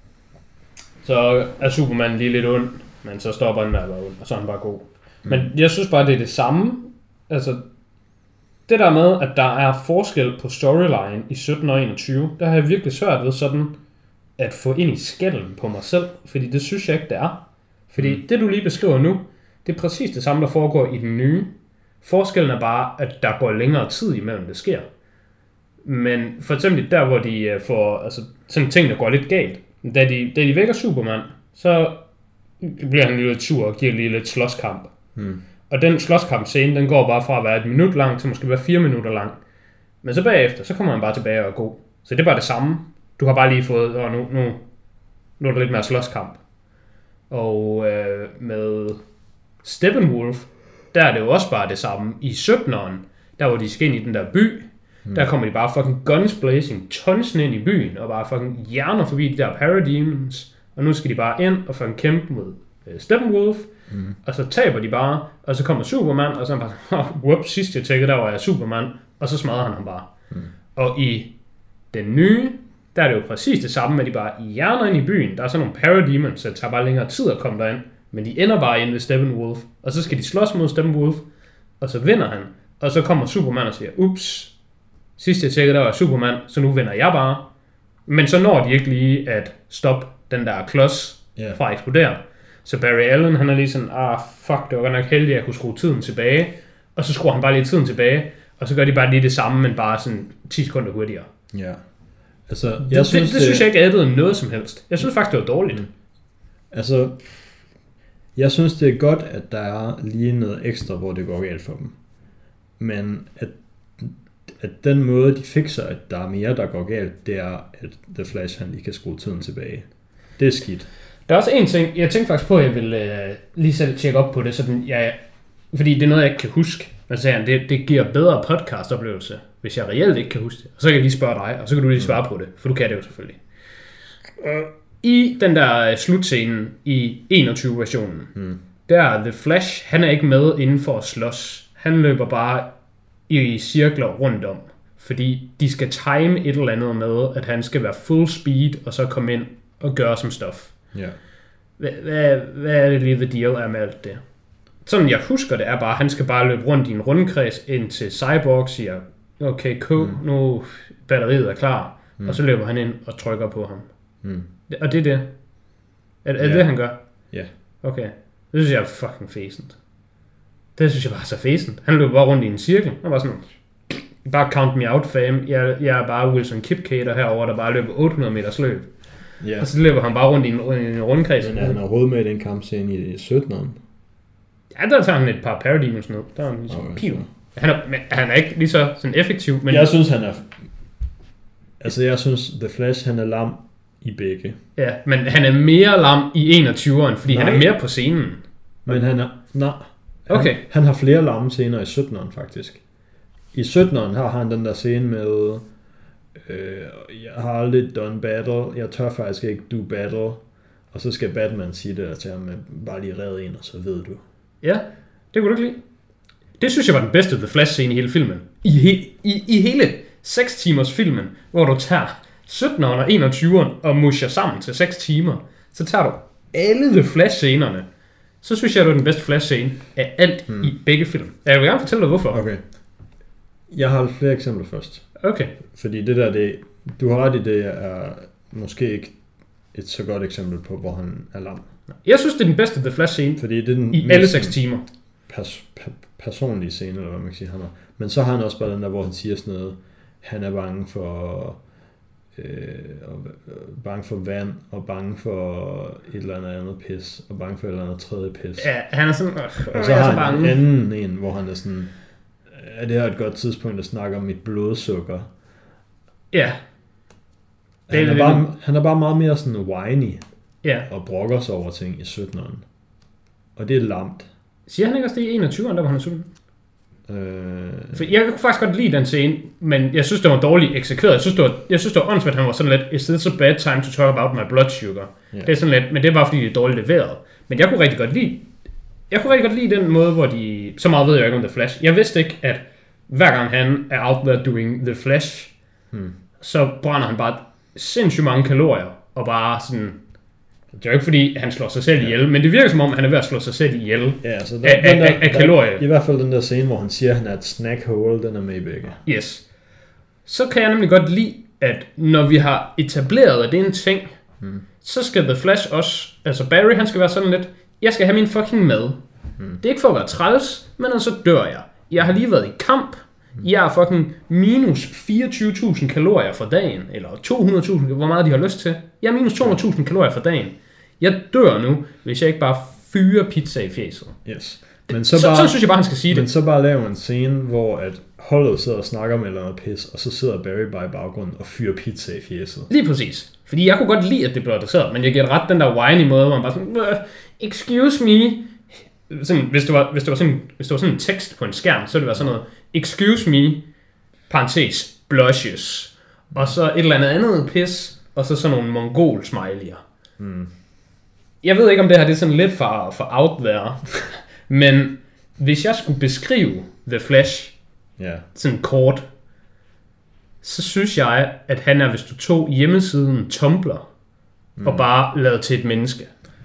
så er Superman lige lidt ond, men så stopper han med at være ond, og så er han bare god. Mm. Men jeg synes bare, det er det samme. Altså, det der med, at der er forskel på storyline i sytten og enogtyve, der har jeg virkelig svært ved sådan at få ind i skallen på mig selv, fordi det synes jeg ikke, det er. Fordi mm. det, du lige beskriver nu, det er præcis det samme, der foregår i den nye. Forskellen er bare, at der går længere tid imellem, det sker. Men for eksempel der, hvor de får altså, sådan ting, der går lidt galt. Da de, da de vækker Superman, så bliver han lidt sur og giver lige lidt slåskamp. Mm. Og den slåskamp-scene, den går bare fra at være et minut lang til måske være fire minutter lang. Men så bagefter, så kommer han bare tilbage og er god. Så det er bare det samme. Du har bare lige fået, og nu, nu, nu er der lidt mere slåskamp. Og øh, med Steppenwolf, der er det jo også bare det samme. I sytteren, der hvor de skal ind i den der by, mm. der kommer de bare fucking guns blazing, tonsen ind i byen, og bare fucking hjerner forbi de der parademons. Og nu skal de bare ind og fucking kæmpe mod øh, Steppenwolf. Mm. Og så taber de bare, og så kommer Superman, og så er han bare, oh, whoops, sidst jeg tjekkede, der var jeg Superman, og så smadrer han ham bare. Mm. Og i den nye, der er det jo præcis det samme, med de bare hjerner ind i byen. Der er sådan nogle parademons, så det tager bare længere tid at komme derind, men de ender bare ind ved Steppenwolf, og så skal de slås mod Steppenwolf, og så vinder han. Og så kommer Superman og siger, ups, sidst jeg tjekkede, der var Superman, så nu vinder jeg bare. Men så når de ikke lige at stoppe den der klods yeah. fra at eksplodere. Så Barry Allen, han er lige sådan, ah fuck, det var godt nok heldigt, at jeg kunne skrue tiden tilbage. Og så skruer han bare lige tiden tilbage, og så gør de bare lige det samme, men bare sådan ti sekunder hurtigere. Ja. Yeah. Altså, jeg det, synes, det, det, det synes jeg ikke addede noget som helst. Jeg synes faktisk, det var dårligt. Mm. Altså, jeg synes, det er godt, at der er lige noget ekstra, hvor det går galt for dem. Men at, at den måde, de fikser, at der er mere, der går galt, det er, at The Flash, han lige kan skrue tiden tilbage. Det er skidt. Der er også en ting, jeg tænkte faktisk på, at jeg vil øh, lige selv tjekke op på det, sådan, jeg, fordi det er noget, jeg ikke kan huske. Men så han, det, det giver bedre podcast-oplevelse, hvis jeg reelt ikke kan huske det. Og så kan jeg lige spørge dig, og så kan du lige svare på det, for du kan det jo selvfølgelig. I den der slutscene i enogtyve-versionen, hmm. der er The Flash, han er ikke med inden for at slås. Han løber bare i cirkler rundt om, fordi de skal time et eller andet med, at han skal være full speed, og så komme ind og gøre som stof. Ja. Hvad, hvad, hvad er det lige the deal er med alt det? Sådan jeg husker det er bare, at han skal bare løbe rundt i en rundkreds ind til Cyborg, siger, okay, cool, mm. nu batteriet er klar, mm. og så løber han ind og trykker på ham. Mm. Og det er det. Er, er det yeah. det, han gør? Ja. Yeah. Okay. Det synes jeg er fucking fæsent. Det synes jeg bare er så fæsent. Han løber bare rundt i en cirkel. Han var sådan, bare count me out, fam. Jeg, jeg er bare Wilson Kipketer herover der bare løber otte hundrede meters løb. Yeah. Og så løber han bare rundt i en, en rundkreds. Men er han overhovedet med i den kampscene i sytteren? Ja, der tager han et par parademons ned. Der er han ligesom okay, piv. Han er, men, han er ikke lige så sådan effektiv. Men jeg synes, han er... Altså, jeg synes, The Flash, han er lam i begge. Ja, men han er mere lam i enogtyveren, fordi nej. Han er mere på scenen. Men han er... Nej. Okay. Han, han har flere lamme scener i sytteren, faktisk. I sytteren har han den der scene med... Øh, jeg har aldrig done battle. Jeg tør faktisk ikke do battle. Og så skal Batman sige det der til ham, bare lige redde en, og så ved du. Ja, det kunne du ikke lide. Det synes jeg var den bedste The Flash-scene i hele filmen. I, he, i, i hele seks timers filmen, hvor du tager sytteren og enogtyveren og musher sammen til seks timer, så tager du alle The Flash-scenerne. Så synes jeg, det var den bedste Flash-scene af alt hmm. i begge film. Jeg vil gerne fortælle dig, hvorfor. Okay. Jeg har flere eksempler først. Okay. Fordi det der, det, du har ret i, det er måske ikke et så godt eksempel på, hvor han er lam. Jeg synes, det er den bedste The Flash-scene fordi det er den i alle seks timer. Pers- per- personlige scene, eller hvad man kan sige, han er. Men så har han også bare den der, hvor han siger sådan noget, han er bange for øh, og øh, bange for vand, og bange for et eller andet andet pis, og bange for et eller andet tredje pis. Ja, han er sådan, øh, og så har han en anden en, hvor han er sådan, er det her et godt tidspunkt at snakke om mit blodsukker? Ja. Han er, bare, han er bare meget mere sådan whiny, ja. og brokker sig over ting i syttenderen. Og det er lamt. Siger han ikke også det i enogtyveren, der var han sytten? Øh... For jeg kunne faktisk godt lide den scene, men jeg synes, det var dårligt eksekveret. Jeg synes, det var, jeg synes, det var åndssvagt, han var sådan lidt, is this a bad time to talk about my blood sugar? Yeah. Det er sådan lidt, men det er bare fordi, det er dårligt leveret. Men jeg kunne rigtig godt lide, jeg kunne rigtig godt lide den måde, hvor de, så meget ved jeg ikke om The Flash. Jeg vidste ikke, at hver gang han er out there doing The Flash, hmm. så brænder han bare sindssygt mange kalorier, og bare sådan, det er jo ikke fordi, han slår sig selv ihjel, men det virker som om, han er ved at slå sig selv ihjel ja, altså der, af, der, af, af kalorier. I hvert fald den der scene, hvor han siger, at han er et snack hole, den er med i begge. Yes. Så kan jeg nemlig godt lide, at når vi har etableret, at det er en ting, hmm. så skal The Flash også, altså Barry, han skal være sådan lidt, jeg skal have min fucking mad. Hmm. Det er ikke for at være træls, men så dør jeg. Jeg har lige været i kamp. Jeg er fucking minus fireogtyve tusind kalorier for dagen, eller to hundrede tusind, hvor meget de har lyst til. Jeg er minus to hundrede tusind kalorier for dagen. Jeg dør nu, hvis jeg ikke bare fyrer pizza i fjeset. Yes. Men så, så, bare, så synes jeg bare, han skal sige men det. så bare lave en scene, hvor at holdet sidder og snakker med eller noget pis, og så sidder Barry bare i baggrunden og fyrer pizza i fjeset. Lige præcis. Fordi jeg kunne godt lide, at det blev adresseret, men jeg giver ret den der whiny måde, hvor man bare sådan, excuse me. Sådan, hvis, det var, hvis, det var sådan, hvis det var sådan en tekst på en skærm, så ville det være sådan noget, excuse me, parentes, blushes, og så et eller andet andet pis, og så sådan nogle mongol-smiley'er. Hmm. Jeg ved ikke, om det her det er sådan lidt for, for out there, men hvis jeg skulle beskrive The Flash, yeah. sådan kort, så synes jeg, at han er, hvis du tog hjemmesiden Tumblr, mm. og bare lavede til et menneske.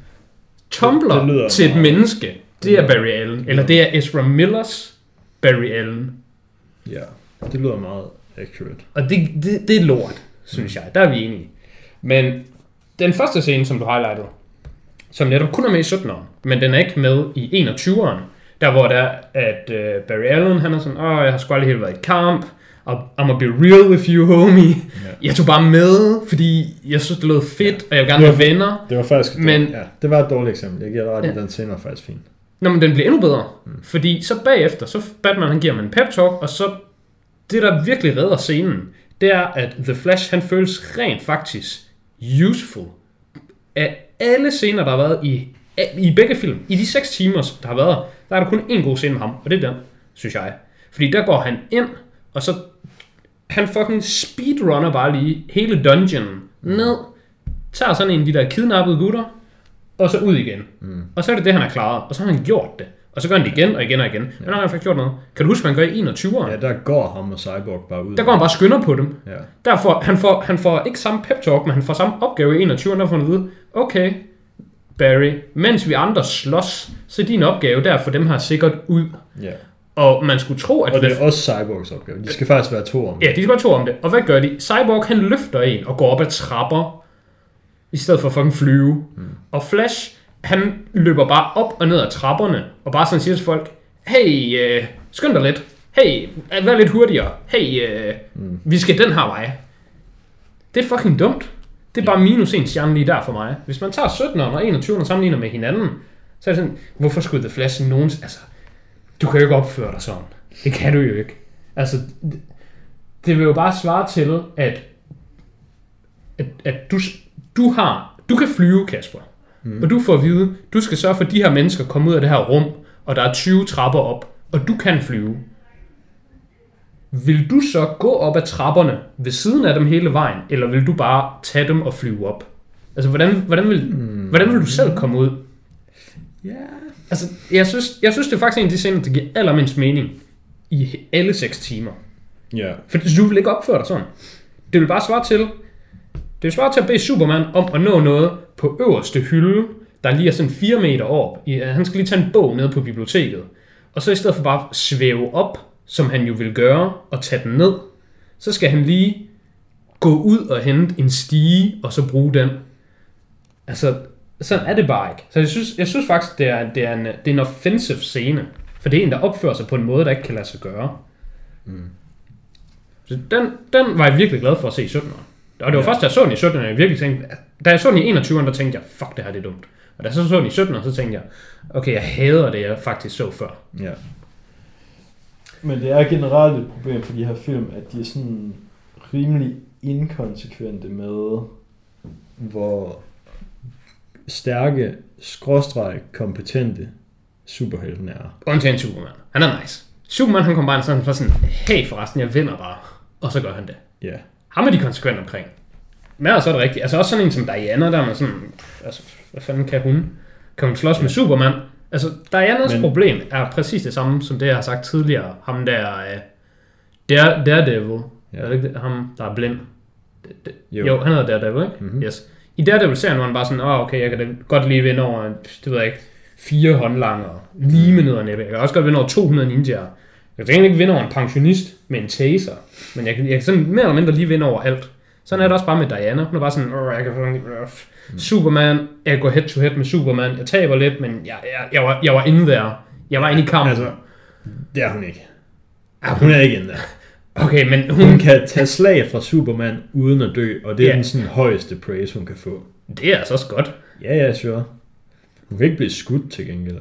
Tumblr det, det til et menneske, det er Barry Allen, eller det er Ezra Millers Barry Allen. Ja, det lyder meget accurate. Og det, det, det er lort, synes mm. jeg. Der er vi enige. Men den første scene, som du highlightede, som netop kun er med i sytteneren, men den er ikke med i enogtyveren, der hvor der at uh, Barry Allen, han er sådan, åh, jeg har sgu aldrig helt været i kamp, og I'm gonna be real with you, homie. Yeah. Jeg tog bare med, fordi jeg synes, det lød fedt, yeah. og jeg vil gerne være venner. Det var faktisk men, ja, det var et dårligt eksempel. Jeg giver ret i, ja. Den scene var faktisk fin. Nå, men den bliver endnu bedre, mm. fordi så bagefter, så Batman, han giver mig en pep talk, og så det, der virkelig redder scenen, det er, at The Flash, han føles rent faktisk useful. Af alle scener, der har været i, i begge film, i de seks timer, der har været, der er der kun en god scene med ham, og det er den, synes jeg. Fordi der går han ind, og så han fucking speedrunner bare lige hele dungeonen ned, tager sådan en af de der kidnappede gutter, og så ud igen. Mm. Og så er det det, han har klaret, og så har han gjort det. Og så gør han det igen og igen og igen. Ja. Men han har faktisk gjort noget. Kan du huske, hvad han gør i enogtyveren? Ja, der går ham og Cyborg bare ud. Der går han bare skynder på dem. Ja. Derfor, han får, han får ikke samme pep talk, men han får samme opgave i enogtyveren, der får han at vide, okay, Barry, mens vi andre slås, så er din opgave der for dem her sikkert ud. Ja. Og man skulle tro, at... Og det er også Cyborgs opgave. De skal faktisk være to om det. Ja, de skal være to om det. Og hvad gør de? Cyborg, han løfter en og går op ad trapper, i stedet for at fucking flyve. Mm. Og Flash, han løber bare op og ned ad trapperne, og bare sådan siger til folk, hey, øh, skynd dig lidt. Hey, vær lidt hurtigere. Hey, øh, mm. vi skal den her vej. Det er fucking dumt. Det er bare minus en stjerne lige der for mig. Hvis man tager sytteneren og enogtyveren og sammenligner med hinanden, så er det sådan, hvorfor skulle The Flash nogens... Altså, du kan jo ikke opføre dig sådan. Det kan du jo ikke. Altså, det, det vil jo bare svare til, at, at, at du, du har... Du kan flyve, Kasper. Mm. Og du får at vide, du skal sørge for, at de her mennesker kommer ud af det her rum, og der er tyve trapper op, og du kan flyve. Vil du så gå op ad trapperne ved siden af dem hele vejen, eller vil du bare tage dem og flyve op? Altså, hvordan, hvordan, vil, mm. hvordan vil du selv komme ud? Ja... Yeah. Altså, jeg synes, jeg synes, det er faktisk en af de scener, der giver allermindst mening i alle seks timer. Ja. Yeah. For du vil ikke opføre dig sådan. Det vil bare svare til, det vil svare til at bede Superman om at nå noget på øverste hylde, der lige er sådan fire meter op. Han skal lige tage en bog ned på biblioteket. Og så i stedet for bare svæve op, som han jo vil gøre, og tage den ned, så skal han lige gå ud og hente en stige, og så bruge den. Altså... Sådan er det bare ikke. Så jeg synes, jeg synes faktisk, det er, det, er en, det er en offensive scene. For det er en, der opfører sig på en måde, der ikke kan lade sig gøre. Mm. Så den, den var jeg virkelig glad for at se i syttenderen. Og det var Ja. først, da jeg så den i sytten, jeg virkelig tænkte, da jeg så den i enogtyverne, der tænkte jeg, fuck, det her det er dumt. Og da jeg så så den i sytten, så tænkte jeg, okay, jeg hader det, jeg faktisk så før. Ja. Men det er generelt et problem for de her film, at de er sådan rimelig inkonsekvente med, hvor stærke, skråstreg, kompetente superhelten er. Undtagen Superman. Han er nice. Superman, han kommer bare sådan, for sådan, hey forresten, jeg vinder bare. Og så gør han det. Ja. Ham er de konsekvent omkring. Men altså er det rigtigt. Altså også sådan en som Diana, der er sådan, altså, hvad fanden kan hun? Kan hun slås ja. med Superman? Altså, Dianas Men... problem er præcis det samme, som det jeg har sagt tidligere. Ham der, uh, der Daredevil. Ja. Er det ikke det? Ham, der er blind? Det, det, jo. jo, han hedder Daredevil, ikke? Mm-hmm. Yes. I Daredevil-serien var han bare sådan, åh, oh, okay, jeg kan godt lige vinde over, det ved jeg ikke, fire håndlanger, lime ned og næppe. Jeg kan også godt vinde over to hundrede ninjaer. Jeg kan egentlig ikke vinde over en pensionist med en taser, men jeg kan, jeg kan sådan mere eller mindre lige vinde over alt. Sådan er det også bare med Diana. Hun er bare sådan, åh, jeg kan øh, Superman, jeg kan gå head to head med Superman, jeg taber lidt, men jeg, jeg, jeg, var, jeg var inde der. Jeg var inde i kampen. Altså, det er hun ikke. Ja, hun er ikke inde der. Okay, men hun... hun kan tage slag fra Superman uden at dø, og det er yeah. den sådan højeste praise, hun kan få. Det er altså også godt. Ja, ja, sure. Hun kan ikke blive skudt til gengæld.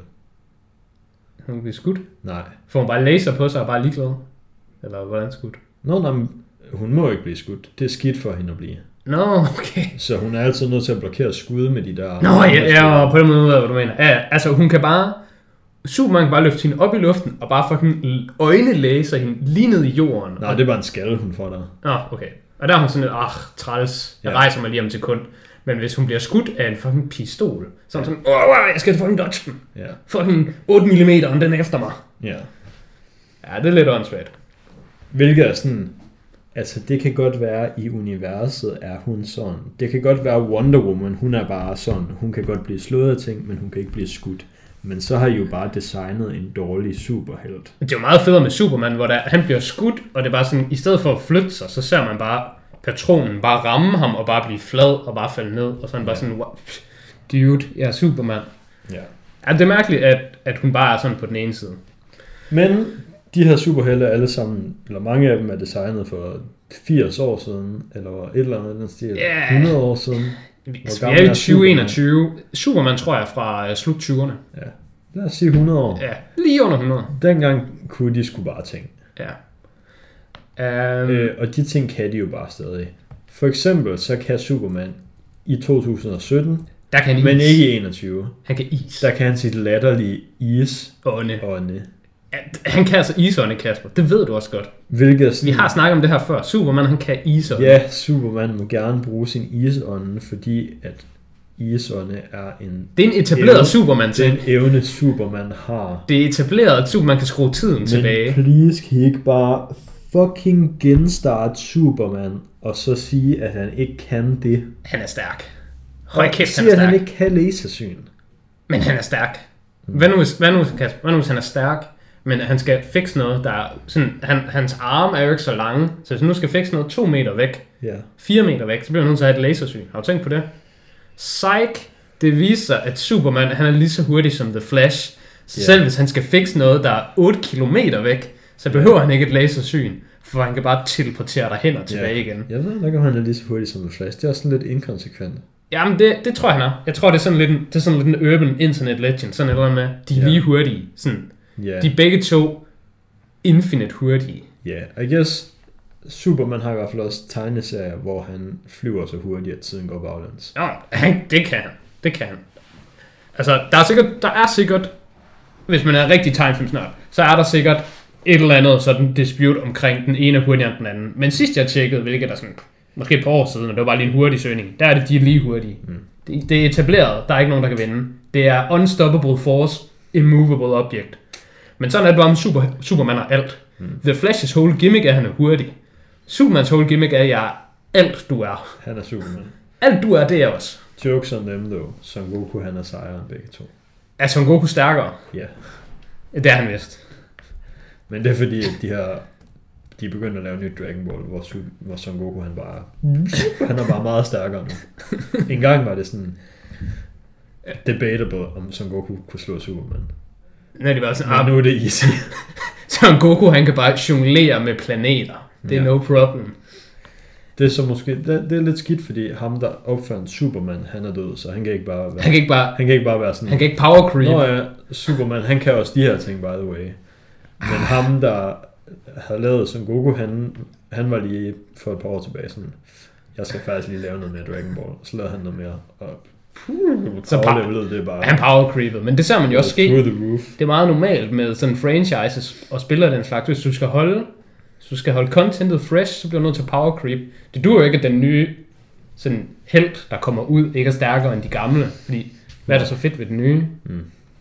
Hun kan blive skudt? Nej. Får hun bare laser på sig og bare ligeglad? Eller hvordan skudt? Nå, nej, hun må ikke blive skudt. Det er skidt for hende at blive. Nå, okay. Så hun er altid nødt til at blokere skud med de der... Nå, ja, jeg var på den måde ud af, hvad du mener. Ja, altså hun kan bare... Superman kan bare løfte hende op i luften, og bare fucking øjne læser hende lige ned i jorden. Nej, det er bare en skalle, hun får der. Nå, okay. Og der er hun sådan lidt, ah, træls. Jeg ja. rejser mig lige om til sekund. Men hvis hun bliver skudt af en fucking pistol, så er hun sådan, åh, jeg skal fucking dodge den. Ja. Fucking otte millimeter, den er efter mig. Ja. Ja, det er lidt åndssvagt. Hvilket er sådan... Altså, det kan godt være, i universet er hun sådan. Det kan godt være Wonder Woman, hun er bare sådan. Hun kan godt blive slået af ting, men hun kan ikke blive skudt. Men så har I jo bare designet en dårlig superhelt. Det er jo meget federe med Superman, hvor der, han bliver skudt, og det er bare sådan, i stedet for at flytte sig, så ser man bare patronen bare ramme ham, og bare blive flad, og bare falde ned, og så er han bare sådan, dude, jeg er Superman. Ja. Ja, det er mærkeligt, at, at hun bare er sådan på den ene side. Men de her superhelte alle sammen, eller mange af dem er designet for firs år siden, eller et eller andet den stil, yeah. hundrede år siden. Vi er i tyve enogtyve. Superman tror jeg fra uh, slut tyverne. Ja, lad os sige hundrede år. Ja, lige under hundrede. Dengang kunne de sgu bare ting. Ja. Um, øh, og de ting kan de jo bare stadig. For eksempel så kan Superman i to tusind og sytten, der kan men ikke i enogtyve. Han kan is. Der kan han sit latterlige is. Ånde. Ånde. Han kan altså isånde, Kasper. Det ved du også godt. Hvilket sådan... Vi har snakket om det her før. Superman, han kan isånde. Ja, Superman må gerne bruge sin isånde, fordi at isånde er en... Det er en etableret evne, Superman til. Det er en evne, Superman har. Det er etableret, at Superman kan skrue tiden Men tilbage. Men please, kan I ikke bare fucking genstarte Superman, og så sige, at han ikke kan det? Han er stærk. Høj kæft, han er stærk. stærk. At han ikke kan lasersyn. Men han er stærk. Hvad nu, hvad nu, Kasper? Hvad nu, hvis han er stærk? Men han skal fikse noget, der er sådan, han, hans arm er jo ikke så lange, så hvis han nu skal fikse noget to meter væk, yeah. fire meter væk, så bliver han nødt til at have et lasersyn. Har du tænkt på det? Psych, det viser, at Superman, han er lige så hurtig som The Flash. Så yeah. selv hvis han skal fikse noget, der er otte kilometer væk, så behøver yeah. han ikke et lasersyn, for han kan bare teleportere dig hen og tilbage yeah. igen. Jeg ved ikke, om han er lige så hurtig som The Flash. Det er også sådan lidt inkonsekvent. Jamen, det, det tror jeg, han er. Jeg tror, det er sådan lidt en, det er sådan lidt en urban internet legend, sådan et eller andet med, de er yeah. lige hurtige, sådan... Yeah. De er begge to infinite hurtige. Ja, yeah, I guess Superman har i hvert fald også tegneserier, hvor han flyver så hurtigt, at tiden går baglæns. Ja, det kan han. Det kan han. Altså, der er sikkert, der er sikkert, hvis man er rigtig tegnefilmsnørd, så er der sikkert et eller andet sådan dispute omkring den ene hurtigere end den anden. Men sidst jeg tjekkede, hvilket der sådan, måske et par år siden, og det var bare lige en hurtig søgning, der er det, de er lige hurtige. Mm. Det, det er etableret, der er ikke nogen, der kan vinde. Det er unstoppable force, immovable object. Men sådan er det bare med Super, Superman og alt. Mm. The Flash's whole gimmick er, at han er hurtig. Supermans whole gimmick er, at jeg er alt du er. Han er Superman. Alt du er, det er også. Jokes on them, though. Son Goku, han er sejere end begge to. Er Son Goku stærkere? Ja. Yeah. Det er han vist. Men det er fordi, at de har... De er begyndt at lave nyt Dragon Ball, hvor, hvor Son Goku, han bare... Han er bare meget stærkere nu. En gang var det sådan... debatable, om Son Goku kunne slå Superman. Nej, det var sådan, men nu er det easy. Så Goku, han kan bare jonglere med planeter. Det er yeah. no problem. Det er så måske, det, det er lidt skidt, fordi ham, der opfandt Superman, han er død, så han kan ikke bare være, han kan ikke bare, han kan ikke bare være sådan... Han kan ikke power creep. Nå ja, Superman, han kan også de her ting, by the way. Men ham, der havde lavet Son Goku, han, han var lige for et par år tilbage sådan, jeg skal faktisk lige lave noget mere Dragon Ball. Så lavede han noget mere, og puh, så power-levelet, det er bare... Han power creepet, men det ser man jo også ske. The roof. Det er meget normalt med sådan franchises og spiller den slags. Hvis du skal holde, hvis du skal holde contentet fresh, så bliver du nødt til power creep. Det duer jo ikke, at den nye sådan helt, der kommer ud, ikke er stærkere end de gamle. Fordi, hvad er der så fedt ved den nye? Mm.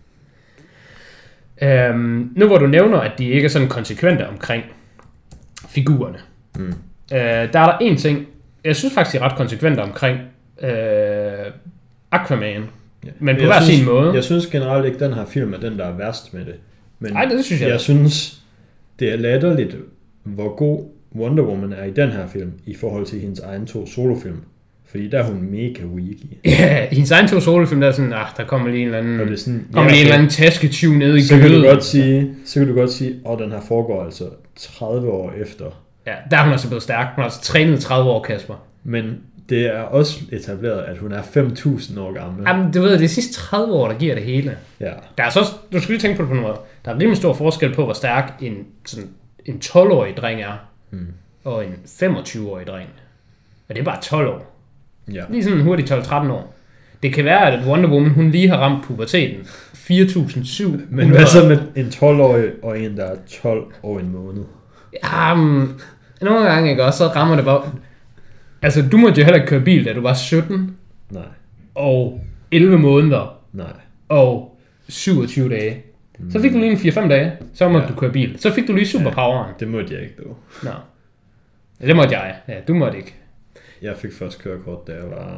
Øhm, nu hvor du nævner, at de ikke er sådan konsekvente omkring figurerne. Mm. Øh, der er der en ting, jeg synes faktisk, de er ret konsekvente omkring øh, Aquaman. Ja. Men på jeg hver synes, sin måde. Jeg synes generelt ikke, den her film er den, der er værst med det. Men Ej, det synes jeg. Jeg synes, det er latterligt, hvor god Wonder Woman er i den her film, i forhold til hendes egen to solofilm. Fordi der er hun mega weak i. Ja, i hendes egen to solofilm, der er sådan, ah, der kommer lige en eller anden, det er sådan, kommer ja, lige en eller anden tasketyv ned i så kan du godt sige, så kan du godt sige, åh, den her foregår altså tredive år efter. Ja, der er hun altså blevet stærk. Hun har altså trænet tredive år, Kasper. Men det er også etableret, at hun er fem tusind år gammel. Jamen, du ved, det er de sidste tredive år, der giver det hele. Ja. Der er så, du skal lige tænke på det på noget. Der er rimelig stor forskel på, hvor stærk en, sådan, en tolv-årig dreng er, hmm. og en femogtyve-årig dreng. Og det er bare tolv år. Ja. Lige sådan hurtigt tolv tretten år. Det kan være, at Wonder Woman, hun lige har ramt puberteten. fire tusind syv hundrede. Men hvad så med en tolv-årig og en, der er tolv år en måned? Jamen, nogle gange ikke også, så rammer det bare... Altså, du måtte jo heller ikke køre bil, da du var sytten. Nej. Og elleve måneder. Nej. Og syvogtyve dage. Mm. Så fik du lige en fire fem dage, så måtte ja. du køre bil. Så fik du lige superpoweren. Ja, det måtte jeg ikke, dog. Nå. Ja, det måtte jeg. Ja, du måtte ikke. Jeg fik først kørekort, da jeg var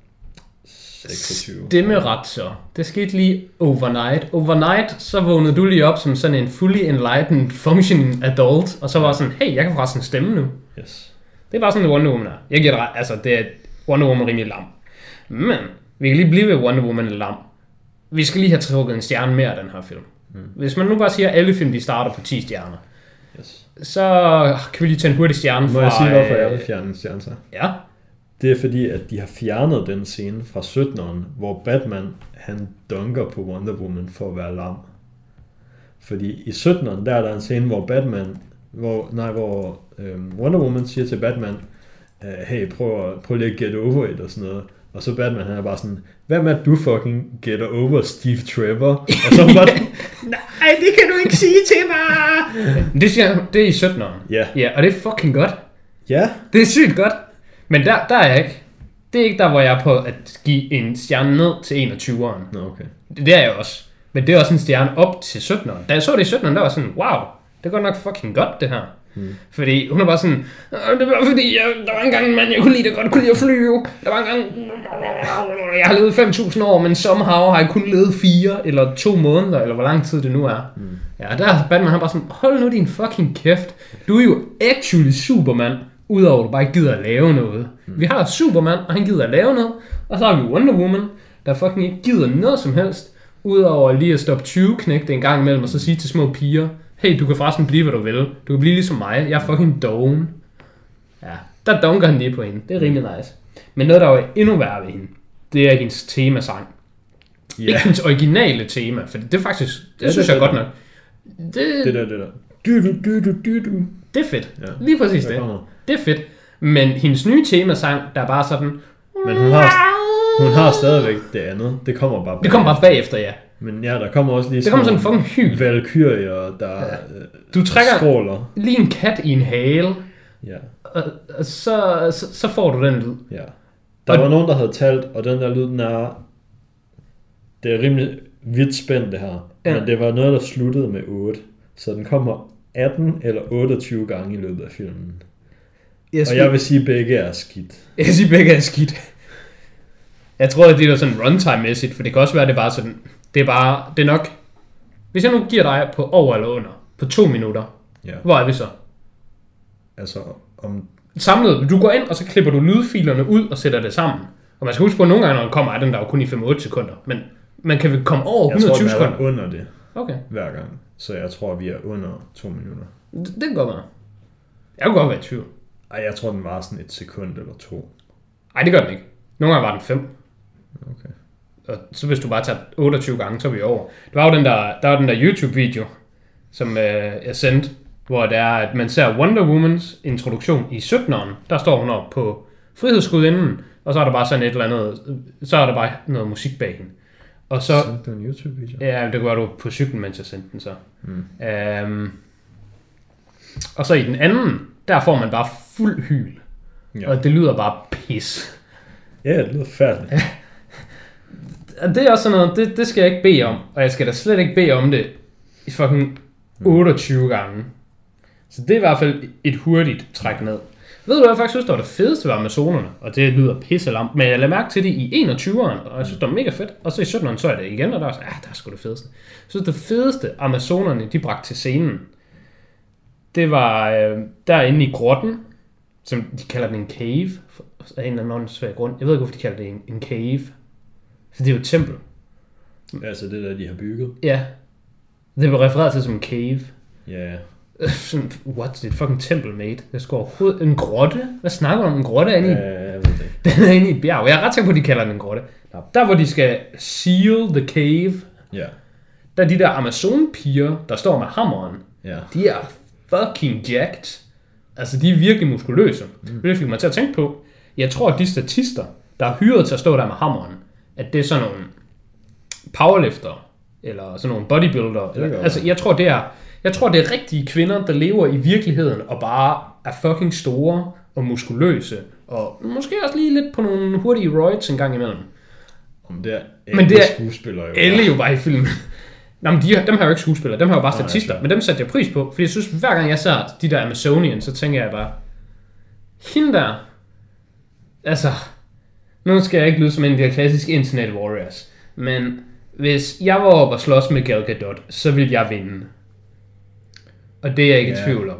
seksogtyve. Stemmeret så. Det skete lige overnight. Overnight, så vågnede du lige op som sådan en fully enlightened functioning adult, og så var sådan, hey, jeg kan forresten stemme nu. Yes. Det er bare sådan, Wonder Woman er. Jeg giver dig, altså, det er Wonder Woman rimelig lam. Men, vi kan lige blive ved Wonder Woman lam. Vi skal lige have trukket en stjerne mere af den her film. Mm. Hvis man nu bare siger, at alle film, de starter på ti stjerner, yes. så kan vi lige tage en hurtig stjerne fra... Må jeg sige, hvorfor jeg vil fjerne en stjerne så? Ja. Det er fordi, at de har fjernet den scene fra sytteneren, hvor Batman, han dunker på Wonder Woman for at være lam. Fordi i sytteneren, der er der en scene, hvor Batman, hvor, nej, hvor øhm, Wonder Woman siger til Batman, hey, prøv, prøv lige at get over it og sådan noget. Og så Batman, han er bare sådan, hvad med at du fucking getter over Steve Trevor? Og så bare nej, det kan du ikke sige til mig! Det, siger, det er i sytteneren. Ja. Yeah. Ja, og det er fucking godt. Ja. Yeah. Det er sygt godt. Men der, der er jeg ikke. Det er ikke der, hvor jeg er på at give en stjerne ned til enogtyveren. Nå, okay. Det, det er jeg også. Men det er også en stjerne op til sytteneren. Da jeg så det i sytteneren, der var sådan, wow, det er godt nok fucking godt, det her. Hmm. Fordi hun er bare sådan, det var fordi, jeg, der var engang en mand, jeg kunne lide det godt, kunne lide at flyve. Der var engang, jeg har levet fem tusind år, men somehow har jeg kun levet fire eller to måneder, eller hvor lang tid det nu er. Hmm. Ja, der er Batman, han bare sådan, hold nu din fucking kæft. Du er jo actually Superman, udover at du bare ikke gider at lave noget. Hmm. Vi har Superman, og han gider at lave noget. Og så har vi Wonder Woman, der fucking ikke gider noget som helst, udover lige at stoppe tyve knægte en gang imellem, og så sige til små piger, hey, du kan forresten blive, hvad du vil. Du kan blive ligesom mig. Jeg er fucking doven. Ja, der dunker han lige på hende. Det er rimelig nice. Men noget, der er endnu værre ved hende, det er hendes temasang. Yeah. Ikke hendes originale tema, for det er faktisk, det, det synes det, jeg det, godt nok. Det, det der, det der. Du, du, du, du, du, du. Det er fedt. Ja. Lige præcis det. Det er fedt. Men hendes nye temasang, der er bare sådan... Men hun har, hun har stadigvæk det andet. Det kommer bare bagefter. Det kommer bare bagefter, ja. Men ja, der kommer også lige der kommer sådan en fucking hyl. Valkyrier, der ja. Du trækker skråler. Lige en kat i en hale. Ja. Og, og så, så, så får du den lyd. Ja. Der og var nogen, der havde talt, og den der lyd, den er... Det er rimelig vidt spændt, det her. Ja. Men det var noget, der sluttede med otte. Så den kommer atten eller otteogtyve gange i løbet af filmen. Jeg og jeg vil sige, at begge er skidt. Jeg vil sige, at begge er skidt. Jeg tror, at det er sådan runtime-mæssigt, for det kan også være, at det er bare sådan... Det er bare... Det er nok... Hvis jeg nu giver dig på over eller under, på to minutter, ja. Hvor er vi så? Altså, om... Samlet, du går ind, og så klipper du lydfilerne ud og sætter det sammen. Og man skal huske på, at nogle gange, når den kommer, er den der jo kun i fem otte sekunder. Men man kan vel komme over hundrede og tyve sekunder. Jeg tror, den er under det. Okay. Hver gang. Så jeg tror, vi er under to minutter. Det, det kan godt være. Jeg kunne godt være i tvivl. Ej, jeg tror, den var sådan et sekund eller to. Nej, det gør den ikke. Nogle gange var den fem. Okay. Og så hvis du bare tager otteogtyve gange, så er vi over. Der var jo den der, der, var den der YouTube-video, som øh, jeg sendte, hvor det er, at man ser Wonder Womans introduktion i sytteneren. Der står hun op på Frihedsgudinden, og så er der bare sådan et eller andet, så er der bare noget musik bag hende. Og så, sendte du en YouTube-video? Ja, det gør du på cyklen, mens jeg sendte den så. Mm. Øhm, og så i den anden, der får man bare fuld hyl. Ja. Og det lyder bare pis. Ja, det lyder færdigt. Det er også sådan noget, det, det skal jeg ikke bede om, og jeg skal da slet ikke bede om det i fucking otteogtyve gange. Så det er i hvert fald et hurtigt træk ned. Ved du hvad, jeg faktisk synes, det var det fedeste ved Amazonerne, og det lyder pisselamp, men jeg lader mærke til det i enogtyveren, og jeg synes, det var mega fedt, og så i sytteneren så er det igen, og der er sådan, ja, der er sgu det fedeste. Jeg synes, det fedeste Amazonerne, de bragte til scenen, det var øh, derinde i grotten, som de kalder den en cave, af en eller anden svær grund. Jeg ved ikke, hvorfor de kalder det en, en cave. For det er jo et tempel. Altså det der, de har bygget? Ja. Det bliver refereret til som en cave. Ja. Sådan, what? Det er et fucking tempel, mate. Der skal overhovedet en grotte. Hvad snakker du om? En grotte er inde i... Ja, jeg ved det ikke. Den er inde i et bjerg. Jeg er ret sikker på, at de kalder den en grotte. Der, hvor de skal seal the cave. Ja. Der er de der Amazon-piger, der står med hammeren. Ja. De er fucking jacked. Altså, de er virkelig muskuløse. Mm. Det fik mig til at tænke på. Jeg tror, at de statister, der er hyret til at stå der med hammeren, at det er sådan nogle powerlifter, eller sådan nogle bodybuilder. Eller, altså, jeg tror, det er, jeg tror, det er rigtige kvinder, der lever i virkeligheden, og bare er fucking store og muskuløse, og måske også lige lidt på nogle hurtige roids en gang imellem. Om det er men det er skuespillere jo. Elle jo bare i filmen. Nå, men de, dem har jo ikke skuespillere, dem har jo bare statister, men dem satte jeg pris på, fordi jeg synes, hver gang jeg ser de der Amazonians, så tænker jeg bare, hende der, altså, nu skal jeg ikke lyde som en af de her klassiske internet warriors, men hvis jeg var oppe og slås med Gal Gadot, så ville jeg vinde. Og det er jeg ikke ja. i tvivl om.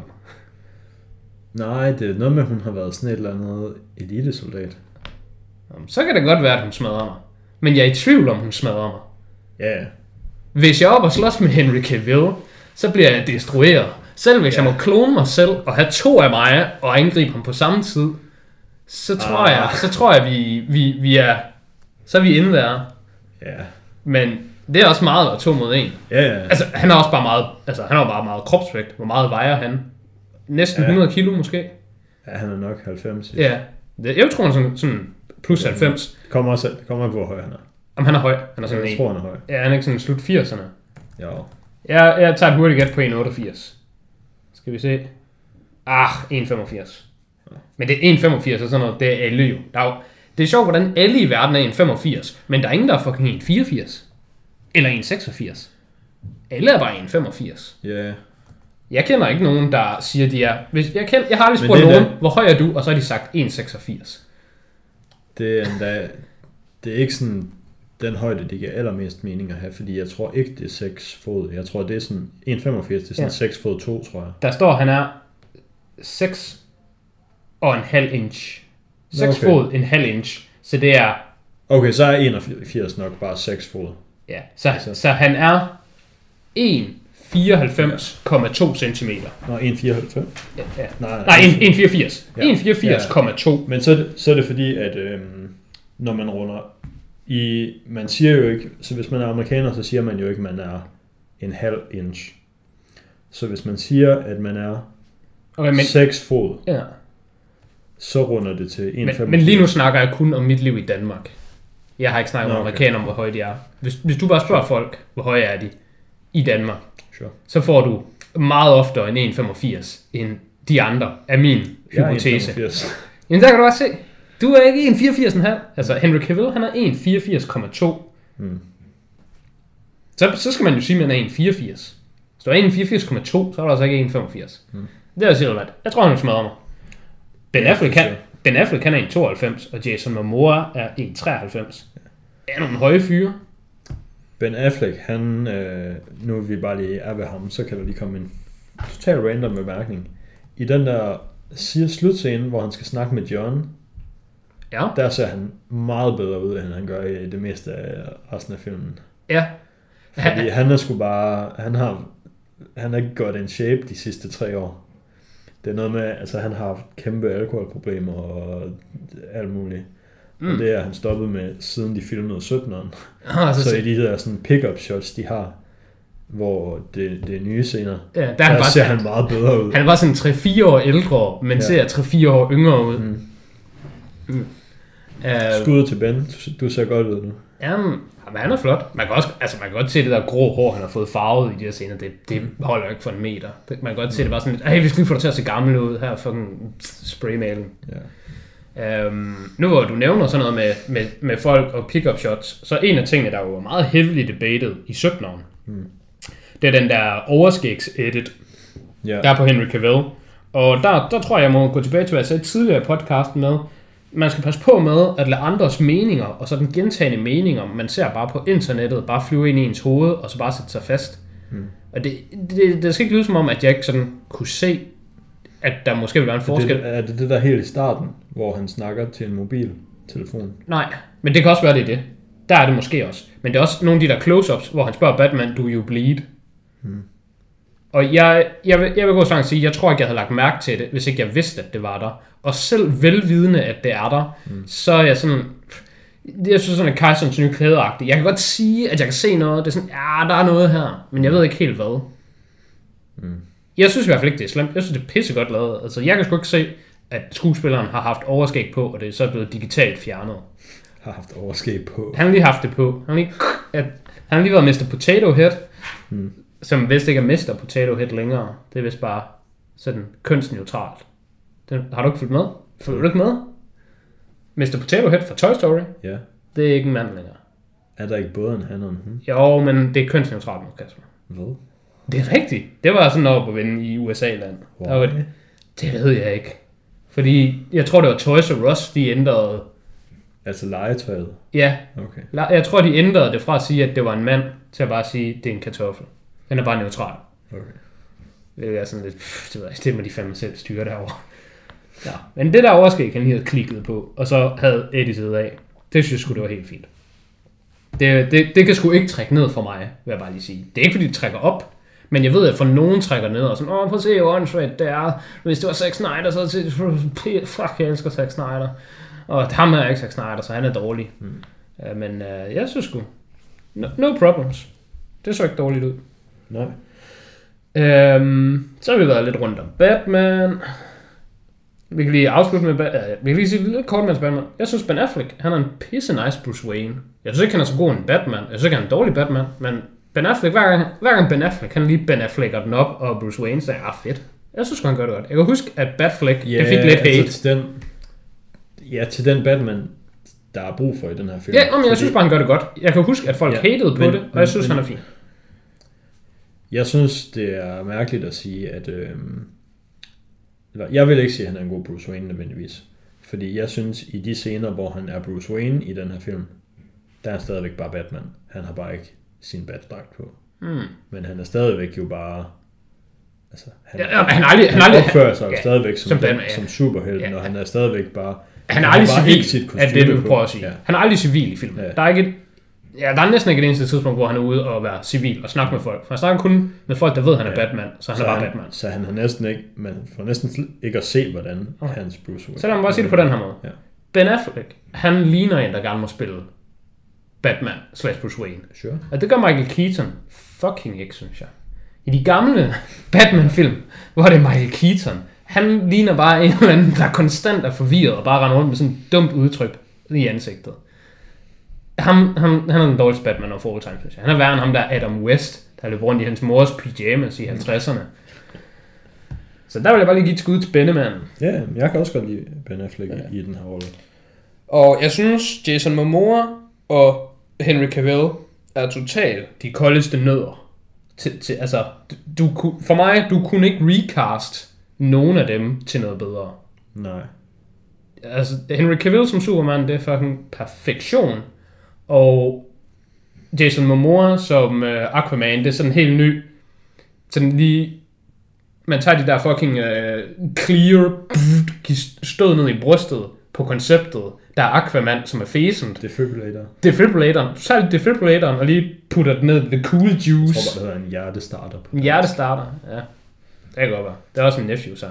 Nej, det er noget med, at hun har været sådan et eller andet elitesoldat. Så kan det godt være, at hun smadrer mig. Men jeg er i tvivl om, hun smadrer mig. Ja. Hvis jeg er oppe og slås med Henry Cavill, så bliver jeg destrueret. Selv hvis ja. jeg må klone mig selv og have to af mig og angribe ham på samme tid, så tror ah. jeg, så tror jeg vi, vi, vi er, så er vi inde der. Ja. Men det er også meget at to mod en. Ja, ja. Altså han er også bare meget, altså han er bare meget kropsvægt. Hvor meget vejer han? Næsten ja. hundrede kilo måske. Ja, han er nok halvfems. Ja. Det, jeg tror han er sådan, sådan plus halvfems. Det kommer også, det kommer på, hvor høj han er. Jamen han er høj. Han er sådan jeg en. tror han er høj. Ja, han er ikke sådan slut firserne. Ja. Jeg, jeg tager et hurtigt gæt på en otteogfirs. Skal vi se. Ah, en femogfirs. Ja. Men det er en femogfirs og sådan noget, det er alle jo. Der er jo. Det er sjovt, hvordan alle i verden er en femogfirs, men der er ingen, der er fucking en fireogfirs. Eller en seksogfirs. Alle er bare en femogfirs. Ja. Yeah. Jeg kender ikke nogen, der siger, de er... Hvis jeg, kender, jeg har aldrig spurgt nogen, der... hvor høj er du? Og så har de sagt en seksogfirs. Det er endda... Det er ikke sådan den højde, det giver allermest mening at have, fordi jeg tror ikke, det er seks fod. Jeg tror, det er sådan en femogfirs, det er sådan ja. seks fod to, tror jeg. Der står, han er seks og en halv inch. seks okay. fod, en halv inch. Så det er... Okay, så er enogfirs nok bare seks fod. Ja, så, altså. så han er en fireoghalvfems komma to centimeter. Nå, en fireoghalvfems? Ja, ja. Nej, nej en fireogfirs. Ja. en fireogfirs komma to. Men så er, det, så er det fordi, at øhm, når man runder i... Man siger jo ikke... Så hvis man er amerikaner, så siger man jo ikke, at man er en halv inch. Så hvis man siger, at man er okay, men, seks fod, ja. så runder det til en femogfirs. Men, men lige nu snakker jeg kun om mit liv i Danmark. Jeg har ikke snakket med okay. amerikanere om, hvor høje de er. Hvis, hvis du bare spørger sure. folk, hvor høje er de i Danmark, sure. så får du meget oftere en en femogfirs end de andre, af min hypotese. Jamen der kan du også se. Du er ikke en fireogfirs komma fem. Altså Henry Cavill, han er en fireogfirs komma to. Hmm. Så, så skal man jo sige, at man er en fireogfirs. Hvis du er en fireogfirs komma to, så er der altså ikke en femogfirs. Hmm. Det er jo sikkert. Jeg tror, han smadrer mig. Ben Affleck kan... Ben Affleck kan er en tooghalvfems, og Jason Momoa er en treoghalvfems. Det er nogle høje fyre. Ben Affleck, han, øh, nu er vi bare lige er ved ham, så kan der lige komme en total random bemærkning. I den der siger slutscene, hvor han skal snakke med John, ja. der ser han meget bedre ud, end han gør i det meste af resten af filmen. Ja. Fordi han er sgu bare, han har, han har ikke godt en shape de sidste tre år. Det er noget med, altså han har haft kæmpe alkoholproblemer og alt muligt. Mm. Og det er han stoppet med, siden de filmede sytteneren. Ah, så, så i de der sådan pick-up shots, de har, hvor det, det er nye scener, ja, der, der han bare, ser han meget bedre ud. Han er bare sådan tre fire år ældre, men ja. ser tre fire år yngre ud. Mm. Mm. Uh, Skud til Ben, du, du ser godt ud nu. Jamen, han er flot. Man kan også, altså man kan godt se det der grå hår, han har fået farvet i de her scener. Det, det holder jo ikke for en meter. Man kan godt mm. se det bare sådan lidt, hey, vi skal lige få dig til at se gammel ud her, fucking spraymalen. Ja. Um, nu hvor du nævner sådan noget med, med, med folk og pick-up shots, så en af tingene, der jo var meget heavily debated i sytteneren, mm. det er den der overskægs-edit, yeah. der er på Henry Cavill. Og der, der tror jeg, jeg må gå tilbage til, hvad jeg sagde tidligere i podcasten med, man skal passe på med at lade andres meninger, og så den gentagende meninger, man ser bare på internettet, bare flyve ind i ens hoved, og så bare sætte sig fast. Mm. Og det, det, det skal ikke lyde som om, at jeg ikke sådan kunne se, at der måske ville være en forskel. Er det, er det det der helt i starten, hvor han snakker til en mobiltelefon? Nej, men det kan også være, det er det. Der er det måske også. Men det er også nogle af de der close-ups, hvor han spørger Batman, do you bleed? Mm. Og jeg, jeg, vil, jeg vil gå så langt sige, jeg tror ikke, jeg havde lagt mærke til det, hvis ikke jeg vidste, at det var der. Og selv velvidende, at det er der, mm. så er jeg sådan, jeg synes sådan, at Kejserens nye klædeagtigt. Jeg kan godt sige, at jeg kan se noget. Det er sådan, ja, der er noget her, men jeg ved ikke helt hvad. Mm. Jeg synes i hvert fald ikke, det er slemt. Jeg synes, det er pissegodt lavet. Altså, jeg kan sgu ikke se, at skuespilleren har haft overskæg på, og det er så blevet digitalt fjernet. Har haft overskæg på? Han har lige haft det på. Han har lige, at, han har lige været mister Potato Head, mm. som vist ikke er mister Potato Head længere. Det er vist bare sådan kønsneutralt. Den, har du ikke fulgt med? Følger du ikke med? mister Potato Head fra Toy Story? Ja. Det er ikke en mand længere. Er der ikke både en han og en hun? Jo, men det er kønsneutralt nu, Kasper. Hvad? Det er rigtigt. Det var sådan over på vinde i U S A-land. Wow. Det, det ved jeg ikke. Fordi jeg tror, det var Toys R Us, de ændrede... Altså legetøjet? Ja. Okay. Jeg tror, de ændrede det fra at sige, at det var en mand, til at bare sige, at det er en kartoffel. Den er bare neutral. Okay. Det er sådan lidt... Pff, det ved jeg ikke. Det må de fandme selv styre derovre. Ja. Men det der overskæg, han lige havde klikket på, og så havde editet af, det synes jeg sgu, det var helt fint. Det, det, det kan sgu ikke trække ned for mig, vil jeg bare lige sige. Det er ikke, fordi det trækker op, men jeg ved, at for nogen trækker ned, og sådan, åh, prøv at se, hvor åndssvagt det er. Hvis det var Zack Snyder, så er det, fuck, jeg elsker Zack Snyder. Og ham er ikke Zack Snyder, så han er dårlig. Mm. Uh, men uh, jeg synes sgu, no, no problems. Det så ikke dårligt ud. Nej. Um, så har vi været lidt rundt om Batman. Vi kan lige afslutte med, uh, vi kan lige sige lidt kort med Batman. Jeg synes, Ben Affleck, han er en pisse nice Bruce Wayne. Jeg synes ikke, han er så god en Batman. Jeg synes ikke, han er en dårlig Batman, men Ben Affleck, hver gang, hver gang Ben Affleck, han lige Ben Afflecker den op, og Bruce Wayne sagde, ah fedt. Jeg synes, han gør det godt. Jeg kan huske, at Batfleck, yeah, det fik lidt hate. Altså til den, ja, til den Batman, der er brug for i den her film. Ja, men jeg synes bare, han gør det godt. Jeg kan huske, at folk ja, hatede på men, det, og jeg synes, men, han er fin. Jeg synes, det er mærkeligt at sige, at... Øh, eller, jeg vil ikke sige, at han er en god Bruce Wayne nødvendigvis. Fordi jeg synes, i de scener, hvor han er Bruce Wayne i den her film, der er han stadigvæk bare Batman. Han har bare ikke sin Batdragt på. Mm. Men han er stadigvæk jo bare... Altså, han, ja, ja, han, aldrig, han, han aldrig, opfører sig ja, stadigvæk som, som, Batman, ja. som superhelten, ja, og han er stadigvæk bare... Han er aldrig civil, er det du prøver at sige. Ja. Han er aldrig civil i filmen. Ja. Der er ikke et, ja, der er næsten ikke et eneste tidspunkt, hvor han er ude og være civil og snakke med folk. For han snakker kun med folk, der ved, at han er ja. Batman, så han så er bare han, Batman. Så han har næsten ikke, man får næsten ikke at se, hvordan okay. hans Bruce Wayne... Så lad mig bare sige det på den her måde. Ja. Ben Affleck, han ligner en, der gerne må spille Batman slash Bruce Wayne. Sure. Og det gør Michael Keaton fucking ikke, synes jeg. I de gamle Batman-film, hvor det er Michael Keaton, han ligner bare en eller anden, der konstant er forvirret og bare render rundt med sådan et dumt udtryk i ansigtet. Han, han, han er den dårligste Batman of all time, synes jeg. Han er værre end ham der Adam West, der løb rundt i hans mors pyjamas i halvtredserne. Så der vil jeg bare lige give et skud til Benneman. Ja, jeg kan også godt lide Ben Affleck ja. i den her rolle. Og jeg synes, Jason Momoa og Henry Cavill er totalt de koldeste nødder. Til, til, altså, du, for mig, du kunne ikke recast nogen af dem til noget bedre. Nej. Altså, Henry Cavill som Superman, det er fucking perfektion. Og Jason Momoa som uh, Aquaman, det er sådan helt ny. Sådan lige... Man tager de der fucking uh, clear stød ned i brystet på konceptet. Der er Aquaman, som er fæsent. Defibrillator. Defibrillator. Så tager defibrillatoren og lige putter den ned i the cool juice. Jeg tror bare, det hedder en hjertestarter. En hjertestarter, ja. Det kan godt være. Det er også en Nephew-sang.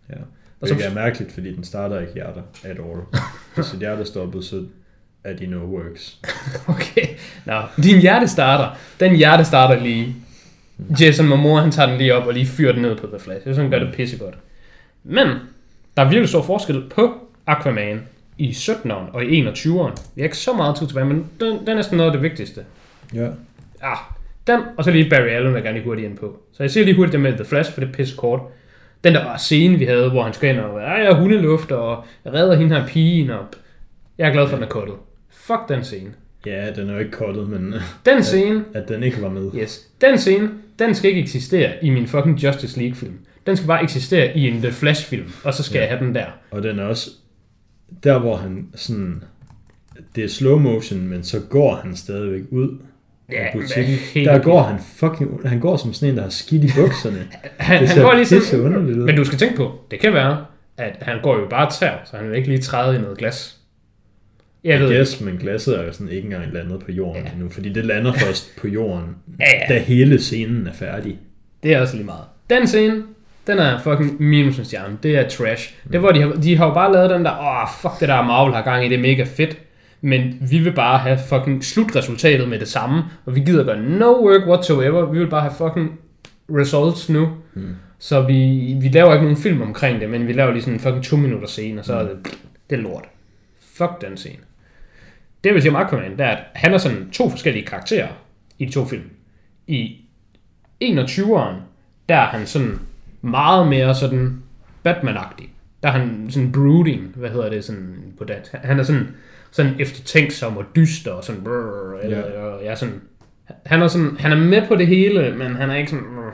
Ja. Det er mærkeligt, fordi den starter ikke hjerter at all. Hvis sit hjerte stoppet, så er de no works. Okay. Nå, din hjerte starter. Den hjerte starter lige. Jason Momoa, han tager den lige op og lige fyrer den ned på The Flash. Jeg synes, han gør det pissegodt. Men der er virkelig stor forskel på Aquaman i sytteneren og i enogtyveren. Vi har ikke så meget tid tilbage, men den, den er næsten noget af det vigtigste. Ja. Ah, den, og så lige Barry Allen, vil jeg gerne lige hurtigt ind på. Så jeg siger lige hurtigt det med The Flash, for det er pisse kort. Den der scene, vi havde, hvor han skal ind og jeg er hundeluft, og jeg redder hende her pigen, og jeg er glad for, at den er cuttet. Fuck den scene. Ja, den er jo ikke cuttet, men den scene, at, at den ikke var med. Yes, den scene, den skal ikke eksistere i min fucking Justice League film. Den skal bare eksistere i en The Flash film, og så skal ja. jeg have den der. Og den er også der, hvor han sådan, det er slow motion, men så går han stadigvæk ud ja, af butikken. Der går han fucking, han går som sådan en, der har skidt i bukserne. han, han går lige sådan, men du skal tænke på, det kan være, at han går jo bare tær, så han vil ikke lige træde i noget glas. Jeg ved yes, men glasset er jo sådan ikke engang landet på jorden ja. nu, fordi det lander først på jorden, ja, ja. da hele scenen er færdig. Det er også lige meget. Den scene, den er fucking minus en stjerne. Det er trash. Mm. Det hvor de har, de har jo bare lavet den der, åh, oh, fuck det der Marvel har gang i, det er mega fedt. Men vi vil bare have fucking slutresultatet med det samme, og vi gider gøre no work whatsoever. Vi vil bare have fucking results nu. Mm. Så vi, vi laver ikke nogen film omkring det, men vi laver lige sådan en fucking to minutter scene, og så er det, det er lort. Fuck den scene. Det vil sige om Aquaman, det er, at han er sådan to forskellige karakterer i de to film. I enogtyveren, der er han sådan meget mere sådan Batman-agtig. Der er han sådan brooding, hvad hedder det sådan på dansk. Han er sådan, sådan eftertænksom og dyster og sådan, brrr, eller, yeah. og, ja, sådan han er sådan, han er med på det hele, men han er ikke sådan, brrr.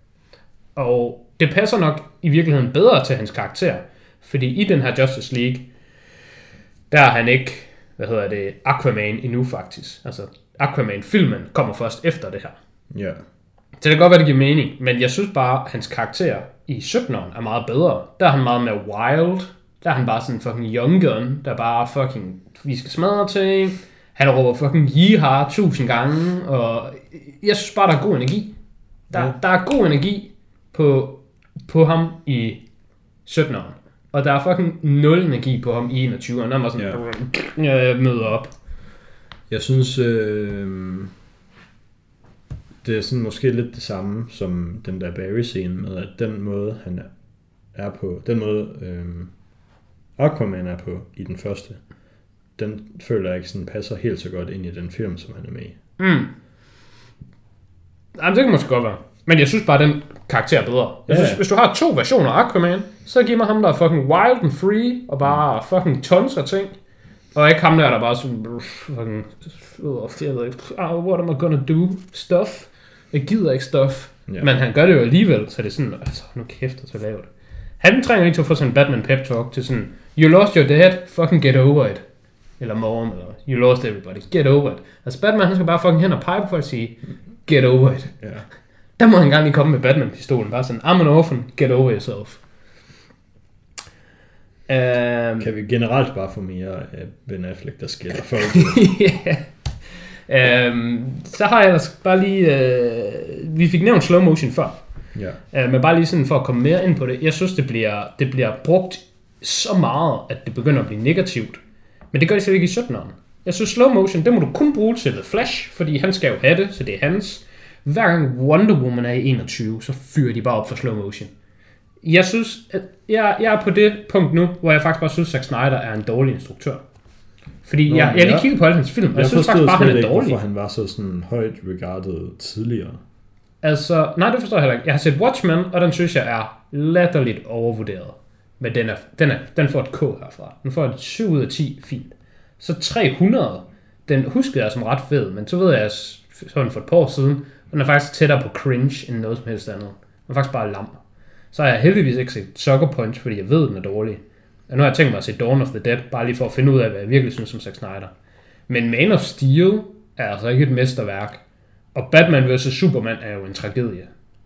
Og det passer nok i virkeligheden bedre til hans karakter, fordi i den her Justice League, der er han ikke, hvad hedder det, Aquaman endnu faktisk. Altså Aquaman-filmen kommer først efter det her. Ja. Yeah. Så det kan godt være, det giver mening, men jeg synes bare, at hans karakter i sytteneren er meget bedre. Der er han meget mere wild. Der er han bare sådan en fucking young gun, der bare fucking, vi skal smadre ting. Han råber fucking yeehaw tusind gange, og jeg synes bare, der er god energi. Der, ja. der er god energi på, på ham i sytteneren. Og der er fucking nul energi på ham i enogtyveren. Der er sådan, ja. jeg møder op. Jeg synes, øh, det er sådan måske lidt det samme som den der Barry-scene med, at den måde, han er på, den måde øh, Aquaman er på i den første, den føler jeg ikke sådan passer helt så godt ind i den film, som han er med i. Mm. Jamen, det kan måske godt være. Men jeg synes bare, at den karakter er bedre. Jeg synes, ja. Hvis du har to versioner af Aquaman, så giv mig ham, der er fucking wild and free, og bare fucking tons af ting. Og ikke ham der, der bare sådan, fucking, jeg ved ikke, what am I gonna do? Stuff. Jeg gider ikke stuff. Ja. Men han gør det jo alligevel, så det er sådan, altså, nu kæft, så lavet. Han trænger ikke til at få sådan en Batman pep talk til sådan, you lost your dad, fucking get over it. Eller mom, eller you lost everybody, get over it. Altså Batman, han skal bare fucking hen og pege på folk og sige, get over it. Ja. Der må han gerne lige komme med Batman-pistolen, bare sådan, I'm an orphan, get over yourself. Um, kan vi generelt bare få mere af Ben Affleck, der skiller folk? yeah. um, så har jeg ellers bare lige, uh, vi fik nævnt slow motion før, ja. uh, men bare lige sådan for at komme mere ind på det, jeg synes det bliver, det bliver brugt så meget, at det begynder at blive negativt, men det gør det slet ikke i sytteneren. Jeg synes slow motion, det må du kun bruge til The Flash, fordi han skal jo have det, så det er hans. Hver gang Wonder Woman er i enogtyve, så fyrer de bare op for slow motion. Jeg synes, at jeg, jeg er på det punkt nu, hvor jeg faktisk bare synes, at Zack Snyder er en dårlig instruktør. Fordi Nå, jeg, jeg har lige kigget på alle hans film, og jeg, jeg synes faktisk bare, han er ikke, dårlig. Hvorfor han var så sådan højt regarded tidligere. Altså, nej, det forstår jeg heller ikke. Jeg har set Watchmen, og den synes jeg er latterligt overvurderet. Men den, er, den, er, den får et K herfra. Den får et syv ud af ti fint. Så tre hundrede, den huskede jeg som ret fed, men så ved jeg, sådan for et par år siden, og den er faktisk tættere på cringe end noget som helst andet. Den er faktisk bare lam. Så har jeg heldigvis ikke set Sucker Punch, fordi jeg ved, den er dårlig. Og nu har jeg tænkt mig at se Dawn of the Dead, bare lige for at finde ud af, hvad jeg virkelig synes om Zack Snyder. Men Man of Steel er altså ikke et mesterværk. Og Batman versus. Superman er jo en tragedie.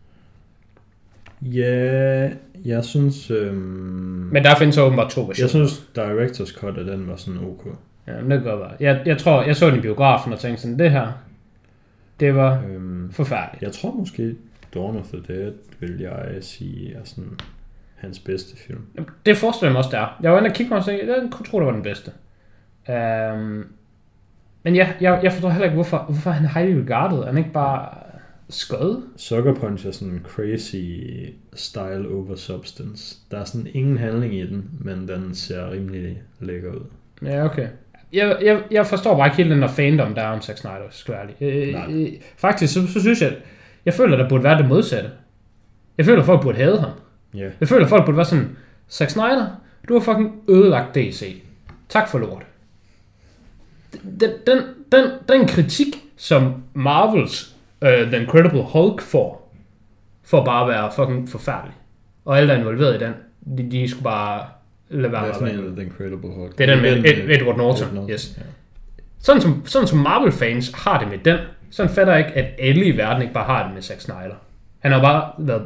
Ja, jeg synes... Øhm... Men der findes åbenbart to versioner. Jeg synes, Director's Cut af den var sådan ok. Ja, men det kan godt være. Jeg, jeg tror, jeg så den i biografen og tænkte sådan, det her, det var øhm, forfærdeligt. Jeg tror måske, Dawn of the Dead, vil jeg sige, er sådan hans bedste film. Det forestiller jeg mig også, der er. Jeg var inde og kigge på, og jeg kunne tro, det var den bedste. Um, men ja, jeg, jeg forstår heller ikke, hvorfor, hvorfor han er highly regarded. Er han ikke bare skød? Sucker Punch er sådan en crazy style over substance. Der er sådan ingen handling i den, men den ser rimelig lækker ud. Ja, okay. Jeg, jeg, jeg forstår bare ikke helt den der fandom, der er om Zack Snyder, skal jeg ærlig. Øh, faktisk, så, så synes jeg, jeg føler, der burde være det modsatte. Jeg føler, folk burde hade ham. Yeah. Jeg føler, folk burde være sådan, Zack Snyder, du har fucking ødelagt D C. Tak for lort. Den, den, den, den kritik, som Marvels uh, The Incredible Hulk får, for bare at være fucking forfærdelig. Og alle, der er involveret i den, de, de skulle bare lade være med med. The Incredible Hulk. Det er den med Ed, Edward Norton. Edward Norton. Yes. Ja. Sådan, som, sådan som Marvel-fans har det med den, sådan fatter jeg ikke, at alle i verden ikke bare har det med Zack Snyder. Han har bare været...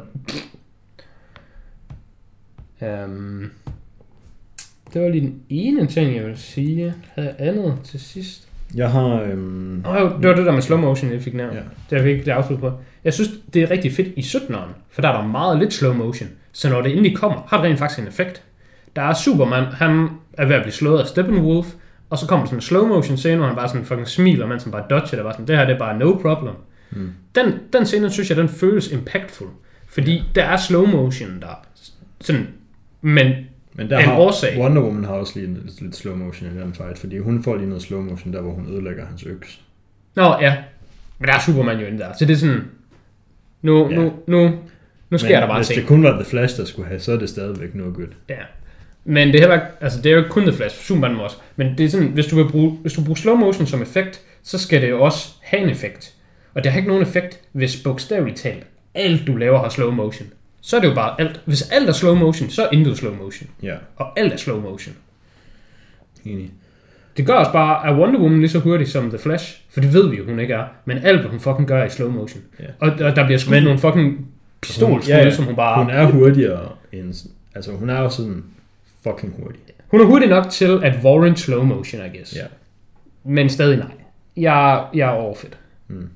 Um, det var lige den ene ting, jeg ville sige. Havde jeg andet til sidst? Jeg har... Øhm... Oh, det var det der med slow motion, jeg fik nævnt. Ja. Det har vi ikke afslutte på. Jeg synes, det er rigtig fedt i syttenderen, for der er der meget lidt slow motion. Så når det endelig kommer, har det rent faktisk en effekt. Der er Superman, han er ved at blive slået af Steppenwolf, og så kommer sådan en slow motion scene, hvor han bare sådan fucking smiler, mens han bare dodger det. Bare sådan, det her det er bare no problem. Mm. Den, den scene, synes jeg, den føles impactful. Fordi ja. Der er slow motion der. Sådan, men, men der en har, årsag. Wonder Woman har også lige lidt, lidt slow motion i den fight, fordi hun får lige noget slow motion der, hvor hun ødelægger hans øks. Nå ja, men der er Superman jo inde der, så det er sådan, nu, ja. nu, nu, nu sker men der bare hvis ting. det kun var The Flash, der skulle have, så er det stadigvæk noget godt. Ja, men det er heller ikke, altså det er jo ikke kun The Flash, Superman må også, men det er sådan, hvis du vil bruge, hvis du bruger slow motion som effekt, så skal det jo også have en effekt. Og det har ikke nogen effekt, hvis bogstaveligt talt, alt du laver har slow motion. Så er det jo bare alt. Hvis alt er slow motion, så er intet slow motion. Ja. Og alt er slow motion. Enig. Det gør også bare, at Wonder Woman lige så hurtig som The Flash, for det ved vi jo, hun ikke er. Men alt, hvad hun fucking gør, er i slow motion. Ja. Og, og der bliver skudt nogle fucking pistolskud, ja, ja. Som hun bare... Hun er hurtigere end... Altså, hun er jo sådan fucking hurtig. Hun er hurtig nok til at warrant slow motion, I guess. Ja. Men stadig nej. Jeg, jeg er overfedt. Mm.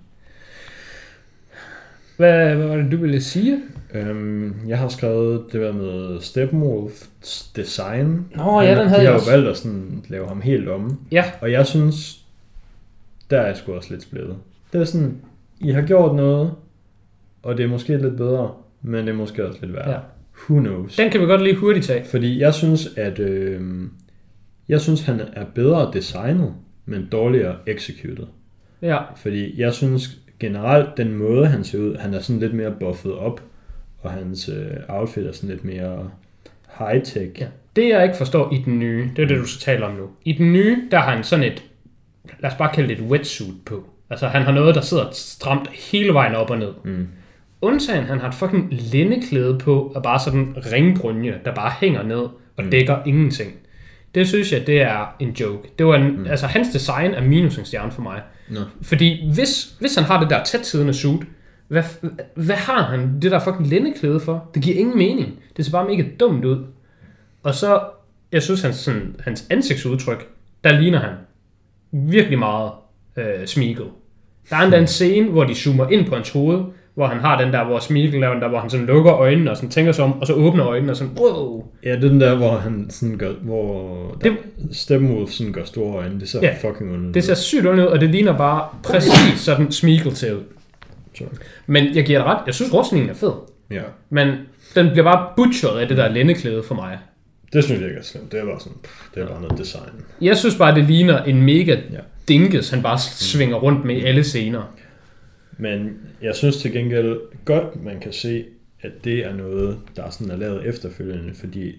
Hvad, hvad var det, du ville sige? Øhm, jeg har skrevet det der med Steppenwolfs design. Nå ja, den havde De har jeg jo valgt at sådan, lave ham helt om. Ja. Og jeg synes, der er jeg sgu også lidt splittet. Det er sådan, I har gjort noget, og det er måske lidt bedre, men det er måske også lidt værre. Ja. Who knows? Den kan vi godt lige hurtigt tage. Fordi jeg synes, at øh, jeg synes, han er bedre designet, men dårligere executed. Ja. Fordi jeg synes generelt, den måde han ser ud, han er sådan lidt mere buffet op, og hans øh, outfit er sådan lidt mere high-tech. Ja. Det jeg ikke forstår i den nye, det er det du så taler om nu. I den nye, der har han sådan et, lad os bare kalde det et wetsuit på. Altså han har noget, der sidder stramt hele vejen op og ned. Mm. Undtagen, han har et fucking lindeklæde på, og bare sådan ringbrynje, der bare hænger ned og mm. dækker ingenting. Det synes jeg, det er en joke. Det var en, mm. altså hans design er minus en stjerne for mig. No. Fordi hvis, hvis han har det der tætsiddende suit, hvad, hvad har han det der fucking lindeklæde for? Det giver ingen mening. Det ser bare mega dumt ud. Og så, jeg synes, hans, sådan, hans ansigtsudtryk, der ligner han virkelig meget øh, Smeagol. Der er endda en scene, hvor de zoomer ind på hans hoved, hvor han har den der, hvor Smeagol laver den der, hvor han sådan lukker øjnene og sådan tænker sig om, og så åbner øjnene og sådan, wow. Ja, det er den der, hvor han sådan gør, hvor det, Steppenwolf sådan gør store øjne. Det ser ja, fucking underligt. Det ser sygt underligt ud, og det ligner bare præcis sådan Smeagol ser ud. Sorry. Men jeg giver det ret, jeg synes rustningen er fed. Ja. Men den bliver bare butcheret af det der lændeklæde for mig. Det synes jeg ikke er slemt. Det er bare sådan, pff, det er bare noget design. Jeg synes bare, det ligner en mega ja. dinkes, han bare svinger rundt med i alle scener. Men jeg synes til gengæld godt, man kan se, at det er noget, der sådan er lavet efterfølgende, fordi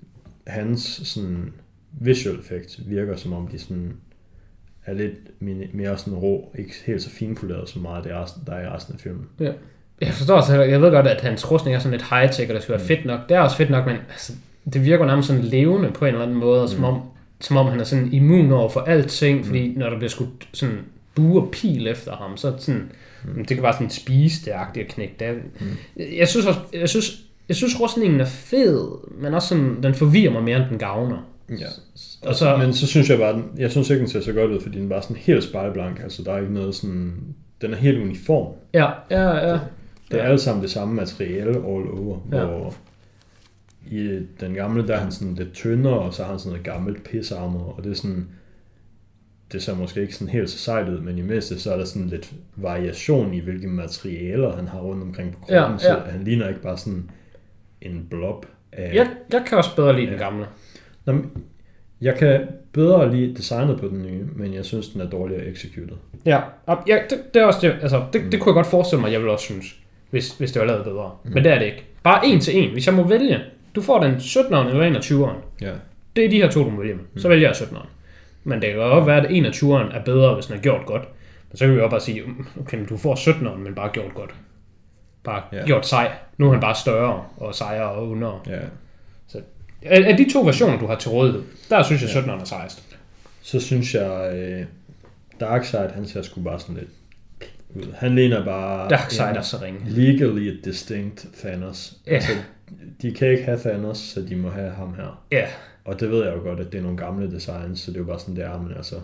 hans sådan visual effects virker som om de sådan er lidt mere sådan rå, ikke helt så finkuleret som meget det er, der er i resten af filmen. Ja. Jeg forstår også, jeg ved godt, at hans rustning er sådan lidt high-tech, og det skal være mm. fedt nok. Det er også fedt nok, men altså, det virker nærmest sådan levende på en eller anden måde, mm. som, om, som om han er sådan immun over for alting, mm. fordi når der bliver skudt sådan bue og pil efter ham, så sådan, mm. det kan bare sådan spise det-agtigt og knække det. Mm. Jeg synes også, jeg synes, jeg synes rustningen er fed, men også sådan, den forvirrer mig mere, end den gavner. Ja. Og så, men så synes jeg bare, den, jeg synes ikke, den ser så godt ud, fordi den er bare sådan helt spejlblank, altså der er ikke noget sådan, den er helt uniform. Ja, ja, ja. Det, det er ja. alle sammen det samme materiale all over, ja. hvor i den gamle, der er han sådan lidt tyndere, og så har han sådan noget gammelt pisarmor, og det er sådan, det ser måske ikke sådan helt så sejt ud, men i meste så er der sådan lidt variation i, hvilke materialer han har rundt omkring på kroppen, ja, ja. Så han ligner ikke bare sådan en blob af... Jeg, jeg kan også bedre lide ja. den gamle. Nå, jeg kan bedre lide designet på den nye, men jeg synes, den er dårligere executed. Ja, ja det, det er også det, altså, det, mm. det kunne jeg godt forestille mig, jeg vil også synes, hvis, hvis det var lavet bedre. Mm. Men det er det ikke. Bare en til en. Hvis jeg må vælge, du får den syttenderen eller enogtyveren. Ja. Det er de her to, du må vælge. Så mm. vælger jeg syttenderen. Men det kan godt være, at enogtyveren er bedre, hvis den er gjort godt. Men så kan vi jo bare sige, okay, du får sytteneren, men bare gjort godt. Bare ja. gjort sej. Nu er han bare større og sejere og undere. Ja. Så af de to versioner, du har til rådighed, der synes jeg, ja. sytteneren er sejest. Så synes jeg, øh, Darkseid, han ser sgu bare sådan lidt ud. Han ligner bare... Darkseid er så ringe. Legally distinct Thanos. Ja. Altså, de kan ikke have Thanos, så de må have ham her. Ja. Og det ved jeg jo godt, at det er nogle gamle designs, så det er jo bare sådan, det er, men altså...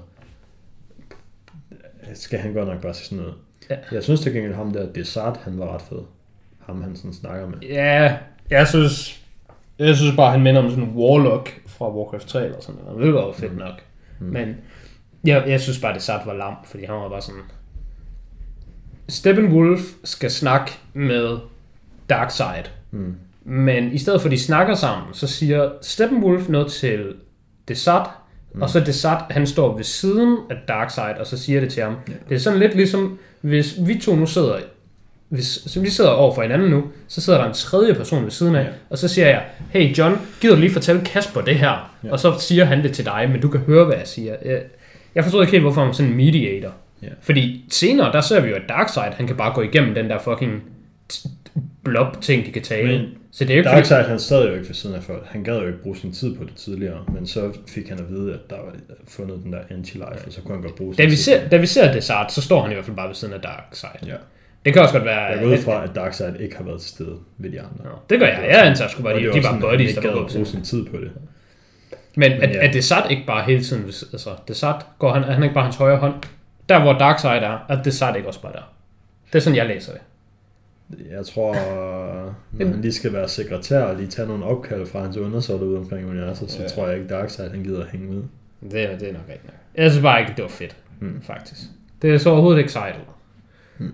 Skal han godt nok bare sige sådan noget. Ja. Jeg synes til gengæld, ham der, Desart, han var ret fed. Ham han sådan snakker med. Ja, jeg synes... Jeg synes bare, han minder om sådan en Warlock fra Warcraft tre eller sådan noget. Det var jo fedt mm. nok. Mm. Men jeg, jeg synes bare, Desart var lam, fordi han var bare sådan... Steppenwolf skal snakke med Darkseid. Mm. Men i stedet for, at de snakker sammen, så siger Steppenwolf noget til Desart, mm. og så Desart, han står ved siden af Darkseid, og så siger det til ham. Ja. Det er sådan lidt ligesom, hvis vi to nu sidder, hvis så vi sidder over for hinanden nu, så sidder der en tredje person ved siden af, ja. Og så siger jeg, hey John, gider du lige fortælle Kasper det her? Ja. Og så siger han det til dig, men du kan høre, hvad jeg siger. Jeg, jeg forstår ikke helt, hvorfor han er sådan en mediator. Ja. Fordi senere, der ser vi jo, at Darkseid, han kan bare gå igennem den der fucking blob ting, de kan tage. Men så det er jo ikke Darkseid, fordi... han sad jo ikke ved siden af folk. Han gad jo ikke bruge sin tid på det tidligere, men så fik han at vide, at der var fundet den der anti-life, og så kunne han godt bruge sin da vi tid. Ser, da vi ser Desart, så står han i hvert fald bare ved siden af Darkseid. Ja. Det kan også godt være... Jeg går ud fra, at Darkseid ikke har været til stede ved de andre. Ja, det gør jeg. Jeg antager sgu bare, de, de var buddies, der var gået bruge sin tid på det. Men, men at, ja. at Desart ikke bare hele tiden... Altså, Desart går han, han er ikke bare hans højre hånd. Der, hvor Darkseid er, at Desart ikke også bare der. Det er sådan, jeg læser det. Jeg tror, når han lige skal være sekretær og lige tage nogle opkald fra hans undersåtter ud omkring universet, så ja. tror jeg ikke, Darkseid han gider at hænge ud. Det er, det er nok rigtigt nok. Jeg synes bare ikke, det var fedt, hmm. faktisk. Det er så overhovedet ikke sejt. Hmm.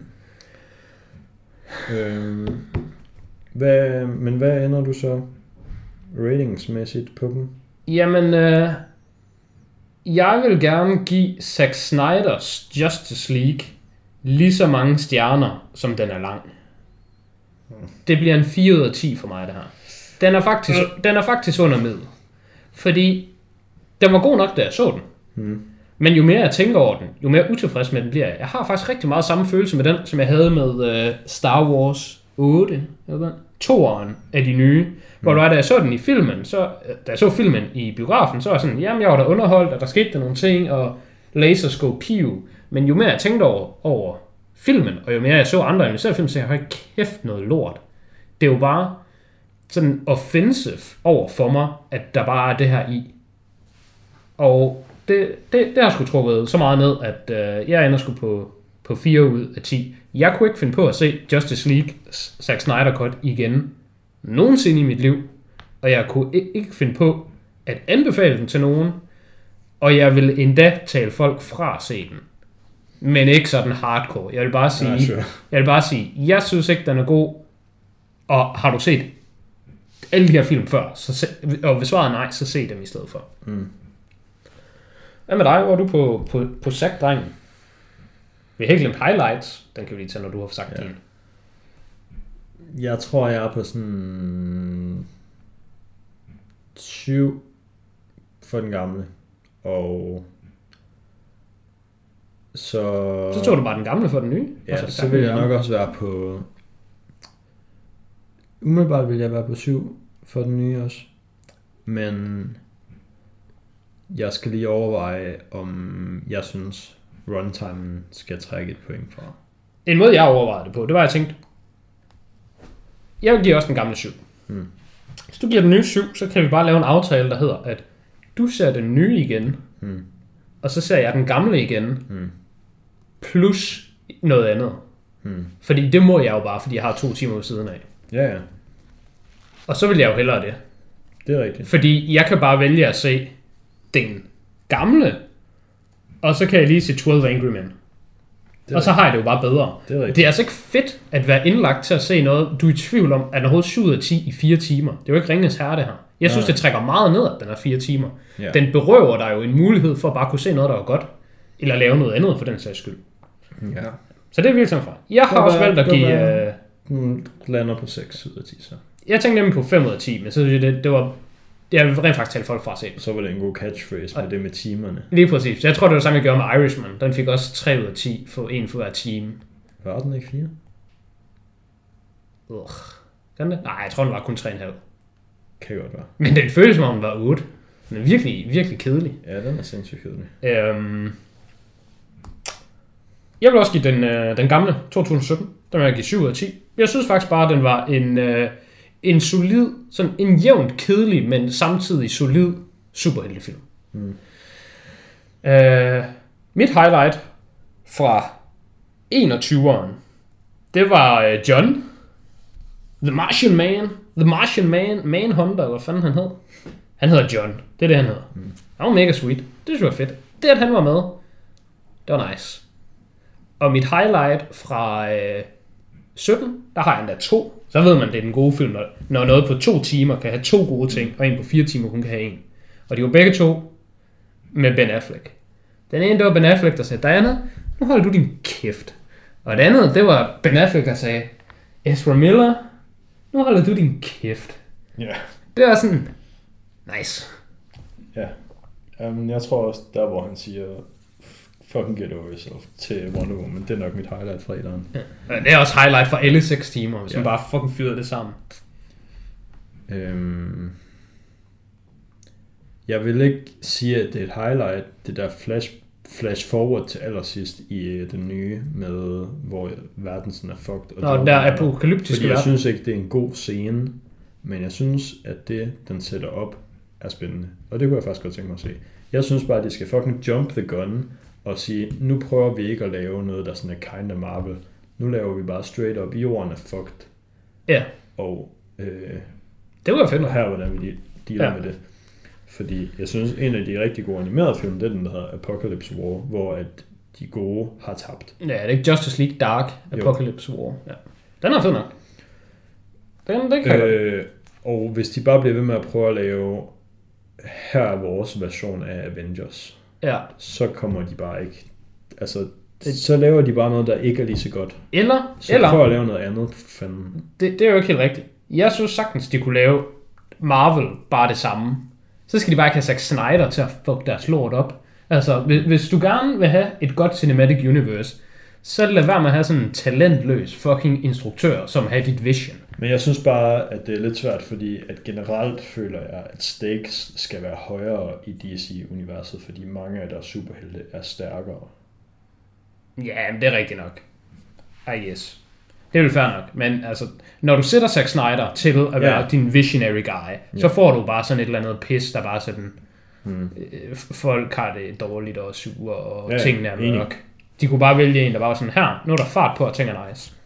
Øh, hvad, men hvad ender du så ratingsmæssigt på dem? Jamen, øh, jeg vil gerne give Zack Snyders Justice League lige så mange stjerner, som den er lang. Det bliver en fire ud af ti for mig, det her. Den er faktisk, mm. den er faktisk under middel. Fordi den var god nok, da jeg så den. Mm. Men jo mere jeg tænker over den, jo mere utilfreds med den bliver jeg. Jeg har faktisk rigtig meget samme følelse med den, som jeg havde med uh, Star Wars otte. Toeren af de nye. Mm. Hvor da jeg så den i filmen, så, da jeg så filmen i biografen, så var jeg sådan, jamen jeg var der underholdt, og der skete der nogle ting, og laserscope piv. Men jo mere jeg tænkte over, over filmen, og jo mere jeg så andre animerede film, så jeg, hold kæft noget lort. Det er jo bare sådan offensive over for mig, at der bare er det her i. Og det, det, det har sgu trukket så meget ned, at øh, jeg ender sgu på, på fire ud af ti. Jeg kunne ikke finde på at se Justice League Zack Snyder Cut igen nogensinde i mit liv, og jeg kunne ikke finde på at anbefale den til nogen, og jeg vil endda tale folk fra at se den. Men ikke sådan hardcore. Jeg vil bare sige, ja, sure. jeg vil bare sige, jeg synes ikke, den er god, og har du set alle de her film før, så se, og hvis svaret er nej, så se dem i stedet for. Mm. Hvad med dig? Hvor er du på, på, på Zack-drengen? Vi har helt glemt highlights. Den kan vi lige tage, når du har sagt ja. din. Jeg tror, jeg er på sådan syv for den gamle. Og så... Så tog du bare den gamle for den nye? Ja, så, så vil jeg nok også være på... Umiddelbart vil jeg være på syv for den nye også. Men jeg skal lige overveje, om jeg synes, runtimen skal trække et point fra. En måde, jeg overvejede det på, det var, at jeg tænkte, jeg vil give også den gamle syv. Hmm. Hvis du giver den nye syv, så kan vi bare lave en aftale, der hedder, at du ser den nye igen, hmm. og så ser jeg den gamle igen, hmm. plus noget andet. Hmm. Fordi det må jeg jo bare, fordi jeg har to timer ved siden af. Ja, ja. Og så vil jeg jo hellere det. Det er rigtigt. Fordi jeg kan bare vælge at se den gamle, og så kan jeg lige se tolv Angry Men. Og så har jeg det jo bare bedre. Det er, det er altså ikke fedt at være indlagt til at se noget, du er i tvivl om, at den er overhovedet syv ud af ti i fire timer. Det er jo ikke Ringenes Herre, det her. Jeg synes, Nej. det trækker meget ned, at den er fire timer. Ja. Den berøver dig jo en mulighed for at bare kunne se noget, der er godt. Eller lave noget andet for den sags skyld. Ja. Så det er virkelig sådan fra. Jeg har også valgt at give... Den lander på seks ud af ti, så. Jeg tænkte nemlig på fem ud af ti, men så synes jeg, det, det var... Jeg vil rent faktisk tale folk fra at se. Så var det en god catchphrase med og det med timerne. Lige præcis. Så jeg tror, det var det samme, jeg gjorde med Irishman. Den fik også tre ud af ti for en for hver time. Var den ikke fire? Ugh. Kan det? Nej, jeg tror, den var kun tre komma fem. Kan godt være. Men den føles som om, den var otte. Den er virkelig, virkelig kedelig. Ja, den er sindssygt kedelig. Øhm... Jeg vil også give den, øh, den gamle to tusind sytten. Den vil jeg give syv ud af ti. Jeg synes faktisk bare, at den var en... Øh, en solid, sådan en jævnt kedelig, men samtidig solid superheltefilm. Mm. Uh, mit highlight fra enogtyveren, det var uh, John, The Martian Man, The Martian Man, Manhunter, hvad fanden han hed? Han hedder John, det er det han hedder. Mm. Han var mega sweet, det synes jeg var fedt. Det at han var med, det var nice. Og mit highlight fra uh, sytten, der har jeg endda to. Så ved man, det er den gode film, når noget på to timer kan have to gode ting, og en på fire timer kun kan have en. Og de var begge to med Ben Affleck. Den ene, det var Ben Affleck, der sagde, Diana, nu holder du din kæft. Og det andet, det var Ben Affleck, der sagde, Ezra Miller, nu holder du din kæft. Ja. Yeah. Det var sådan, nice. Ja, um, jeg tror også, der hvor han siger, fucking get over yourself til Wonder Woman. Det er nok mit highlight fra etteren. Ja. Det er også highlight fra alle seks timer, hvis ja. man bare fucking fyrede det sammen. Øhm, jeg vil ikke sige, at det er et highlight, det der flash, flash forward til allersidst i uh, den nye, med hvor verden sådan er fucked. Og Nå, der er apokalyptiske verden. Fordi jeg synes ikke, det er en god scene, men jeg synes, at det, den sætter op, er spændende. Og det kunne jeg faktisk godt tænke mig at se. Jeg synes bare, at de skal fucking jump the gun, og sige, nu prøver vi ikke at lave noget, der sådan er kind of Marvel. Nu laver vi bare straight up, jorden er fucked. Ja. Og øh, det var fedt. Og her, hvordan vi dealer ja. med det. Fordi jeg synes, en af de rigtig gode animerede film, det er den, der hedder Apocalypse War, hvor at de gode har tabt. Ja, det er ikke Justice League Dark, Apocalypse jo. War. Ja. Den er fed nok. Den, den kan øh, Og hvis de bare bliver ved med at prøve at lave, her er vores version af Avengers, ja. så kommer de bare ikke, altså, så laver de bare noget, der ikke er lige så godt. Eller, så eller prøv at lave noget andet, fanden. Det, det er jo ikke helt rigtigt. Jeg synes sagtens, de kunne lave Marvel bare det samme. Så skal de bare ikke have Zack Snyder til at fuck deres lort op. Altså, hvis, hvis du gerne vil have et godt cinematic universe, så lad være med at have sådan en talentløs fucking instruktør, som har dit vision. Men jeg synes bare, at det er lidt svært, fordi at generelt føler jeg, at stakes skal være højere i D C-universet, fordi mange af deres superhelte er stærkere. Ja, det er rigtigt nok. I guess. Det er vel fair nok, men altså, når du sætter Zack Snyder til at være yeah. din visionary guy, yeah. så får du bare sådan et eller andet pis, der bare sådan, hmm. øh, folk har det dårligt og sure, og yeah, tingene er mørk. De kunne bare vælge en, der bare var sådan, her, nu er der fart på, og ting er nice.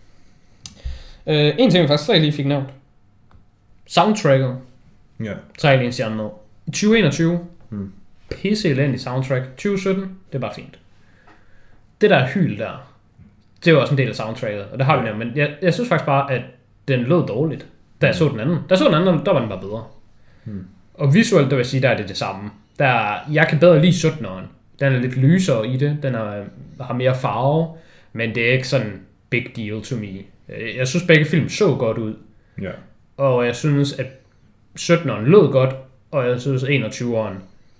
Uh, en ting, jeg faktisk slet lige fik nævnt. Soundtracket. Ja. Yeah. Så er jeg lige en stjerne ned. I tyve enogtyve, hmm. pisse elendig soundtrack. tyve sytten, det er bare fint. Det der hyl der, det var også en del af soundtracket, og det har vi nævnt, men jeg, jeg synes faktisk bare, at den lød dårligt, da jeg så den anden. Da jeg så den anden, der var den bare bedre. Hmm. Og visuelt, der vil jeg sige, der er det det samme. Der, jeg kan bedre lide sytteneren. Den er lidt lysere i det, den er, har mere farve, men det er ikke sådan big deal to me. Jeg synes, begge film så godt ud. Ja. Og jeg synes, at sytteneren lød godt, og jeg synes, at enogtyveren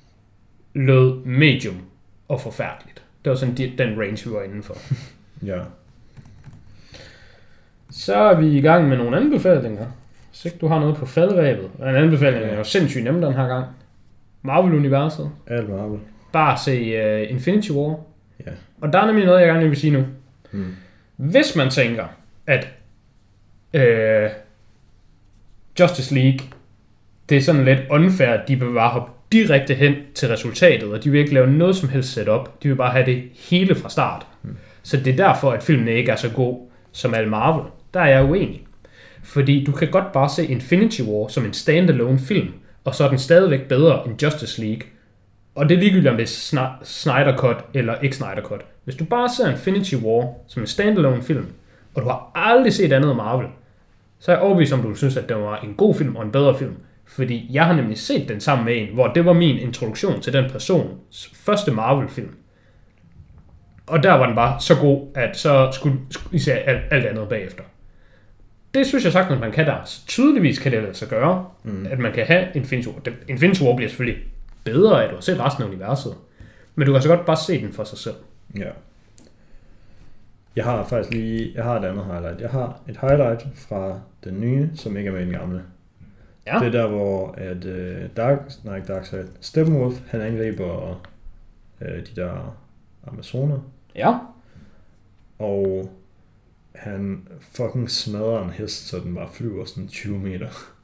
lød medium og forfærdeligt. Det var sådan den range, vi var indenfor. Ja. Så er vi i gang med nogle anbefalinger. Så ikke du har noget på faldrebet. En anbefaling er jo sindssygt nem den her gang. Marvel-universet. Alt Marvel. Bare se uh, Infinity War. Ja. Og der er nemlig noget, jeg gerne vil sige nu. Hmm. Hvis man tænker, at uh, Justice League, det er sådan lidt unfair, at de vil bare hoppe direkte hen til resultatet, og de vil ikke lave noget som helst setup. De vil bare have det hele fra start. Hmm. Så det er derfor, at filmen ikke er så god som alle Marvel. Der er jeg uenig. Fordi du kan godt bare se Infinity War som en standalone film, og så er den stadigvæk bedre end Justice League. Og det er ligegyldigt, om det er Snyder Cut eller ikke Snyder Cut. Hvis du bare ser Infinity War som en standalone film, og du har aldrig set andet af Marvel, så er jeg overbevist om, du synes, at det var en god film og en bedre film. Fordi jeg har nemlig set den sammen med en, hvor det var min introduktion til den persons første Marvel-film. Og der var den bare så god, at så skulle I se alt, alt andet bagefter. Det synes jeg sagtens, at man kan der. Så tydeligvis kan det lade sig gøre, mm. at man kan have Infinity War. Infinity War bliver selvfølgelig bedre, at du har set resten af universet. Men du kan så godt bare se den for sig selv. Ja. Jeg har faktisk lige, jeg har et andet highlight. Jeg har et highlight fra den nye, som ikke er med i den gamle. Ja. Det er der, hvor at, uh, Dark, nej ikke Darkseid, Steppenwolf, han angriber uh, de der Amazoner. Ja. Og han fucking smadrer en hest, så den bare flyver sådan tyve meter.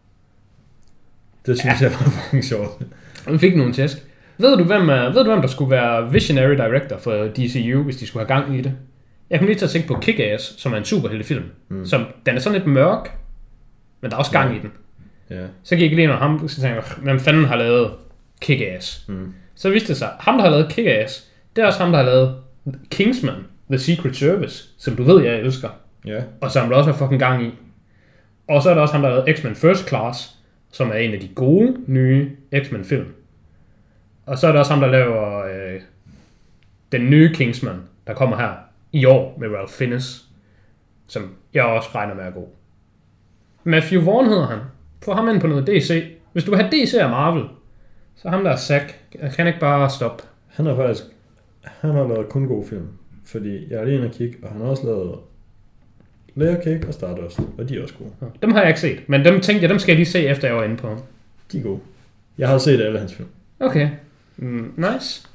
Det synes ja. jeg var fucking sjovt. Han fik nogle tæsk. Ved du, hvem, ved du, hvem der skulle være Visionary Director for D C U, hvis de skulle have gang i det? Jeg kunne lige tage at tænke på Kick-Ass, som er en superheltefilm. Mm. Som, den er sådan lidt mørk, men der er også gang ja. i den. Yeah. Så gik jeg lige under ham, så tænkte jeg, hvem fanden har lavet Kick-Ass? Mm. Så viste det sig, ham der har lavet Kick-Ass, det er også ham der har lavet Kingsman, The Secret Service, som du ved, jeg elsker. Yeah. Og som der også har fucking gang i. Og så er der også ham der har lavet X-Men First Class, som er en af de gode, nye X-Men film. Og så er der også ham der laver øh, den nye Kingsman, der kommer her i år med Ralph Fiennes, som jeg også regner med er god. Matthew Vaughn hedder han. Få ham ind på noget D C. Hvis du vil have D C og Marvel, så ham der er Zack. Jeg kan ikke bare stoppe. Han har faktisk, han har lavet kun gode film. Fordi jeg er lige inde og kigge, og han har også lavet Layer Cake og Stardust, og de er også gode. Dem har jeg ikke set, men dem tænkte jeg, dem skal jeg lige se, efter jeg var inde på ham. De er gode. Jeg har set alle hans film. Okay. Mm, nice.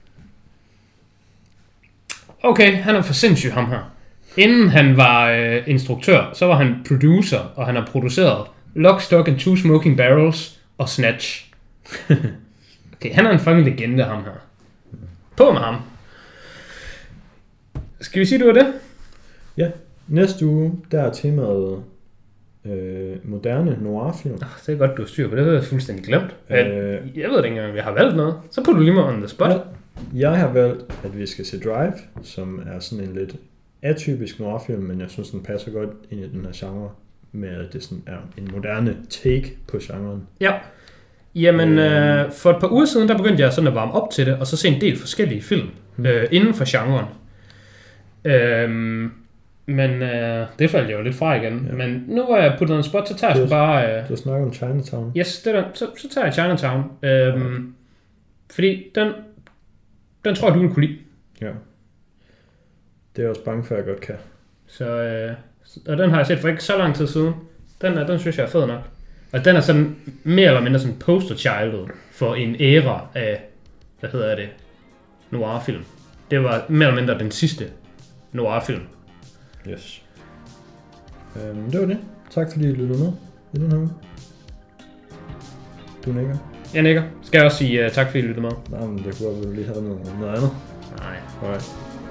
Okay, han er for sindssyg, ham her. Inden han var øh, instruktør, så var han producer, og han har produceret Lock, Stock and Two Smoking Barrels og Snatch. Okay, han er en fucking legende, ham her. På med ham. Skal vi sige, du er det? Ja. Næste uge, der er temaet øh, moderne noir-film. Oh, det er godt, du har styr på det. Det har jeg fuldstændig glemt. Øh, jeg ved ikke engang, jeg har valgt noget. Så putter du lige mig on the spot. Ja, jeg har valgt, at vi skal se Drive, som er sådan en lidt atypisk noir-film, men jeg synes, den passer godt ind i den her genre, med at det sådan er en moderne take på genren. Ja. Jamen, øh, for et par uger siden, der begyndte jeg sådan at varme op til det, og så se en del forskellige film hmm. øh, inden for genren. Øh, men øh, det faldt jeg jo lidt fra igen. Ja. Men nu var jeg puttet en spot, så tager jeg bare... Øh, du snakker om Chinatown. Yes, det der, så, så tager jeg Chinatown. Øh, ja. Fordi den, den tror jeg, du vil kunne lide. Ja. Det er jeg også bange for, at jeg godt kan. Så, øh, og den har jeg set for ikke så lang tid siden. Den, er, den synes jeg er fed nok. Og den er sådan mere eller mindre sådan poster childhood for en æra af, hvad hedder det, noir-film. Det var mere eller mindre den sidste noir-film. Yes. Øhm, det var det. Tak fordi I lyttede med i den her uge. Du nikker. Jeg nikker. Skal jeg også sige uh, tak fordi I lyttede med? Nej, men det kunne jeg vel lige have noget, noget andet. Nej. Alright.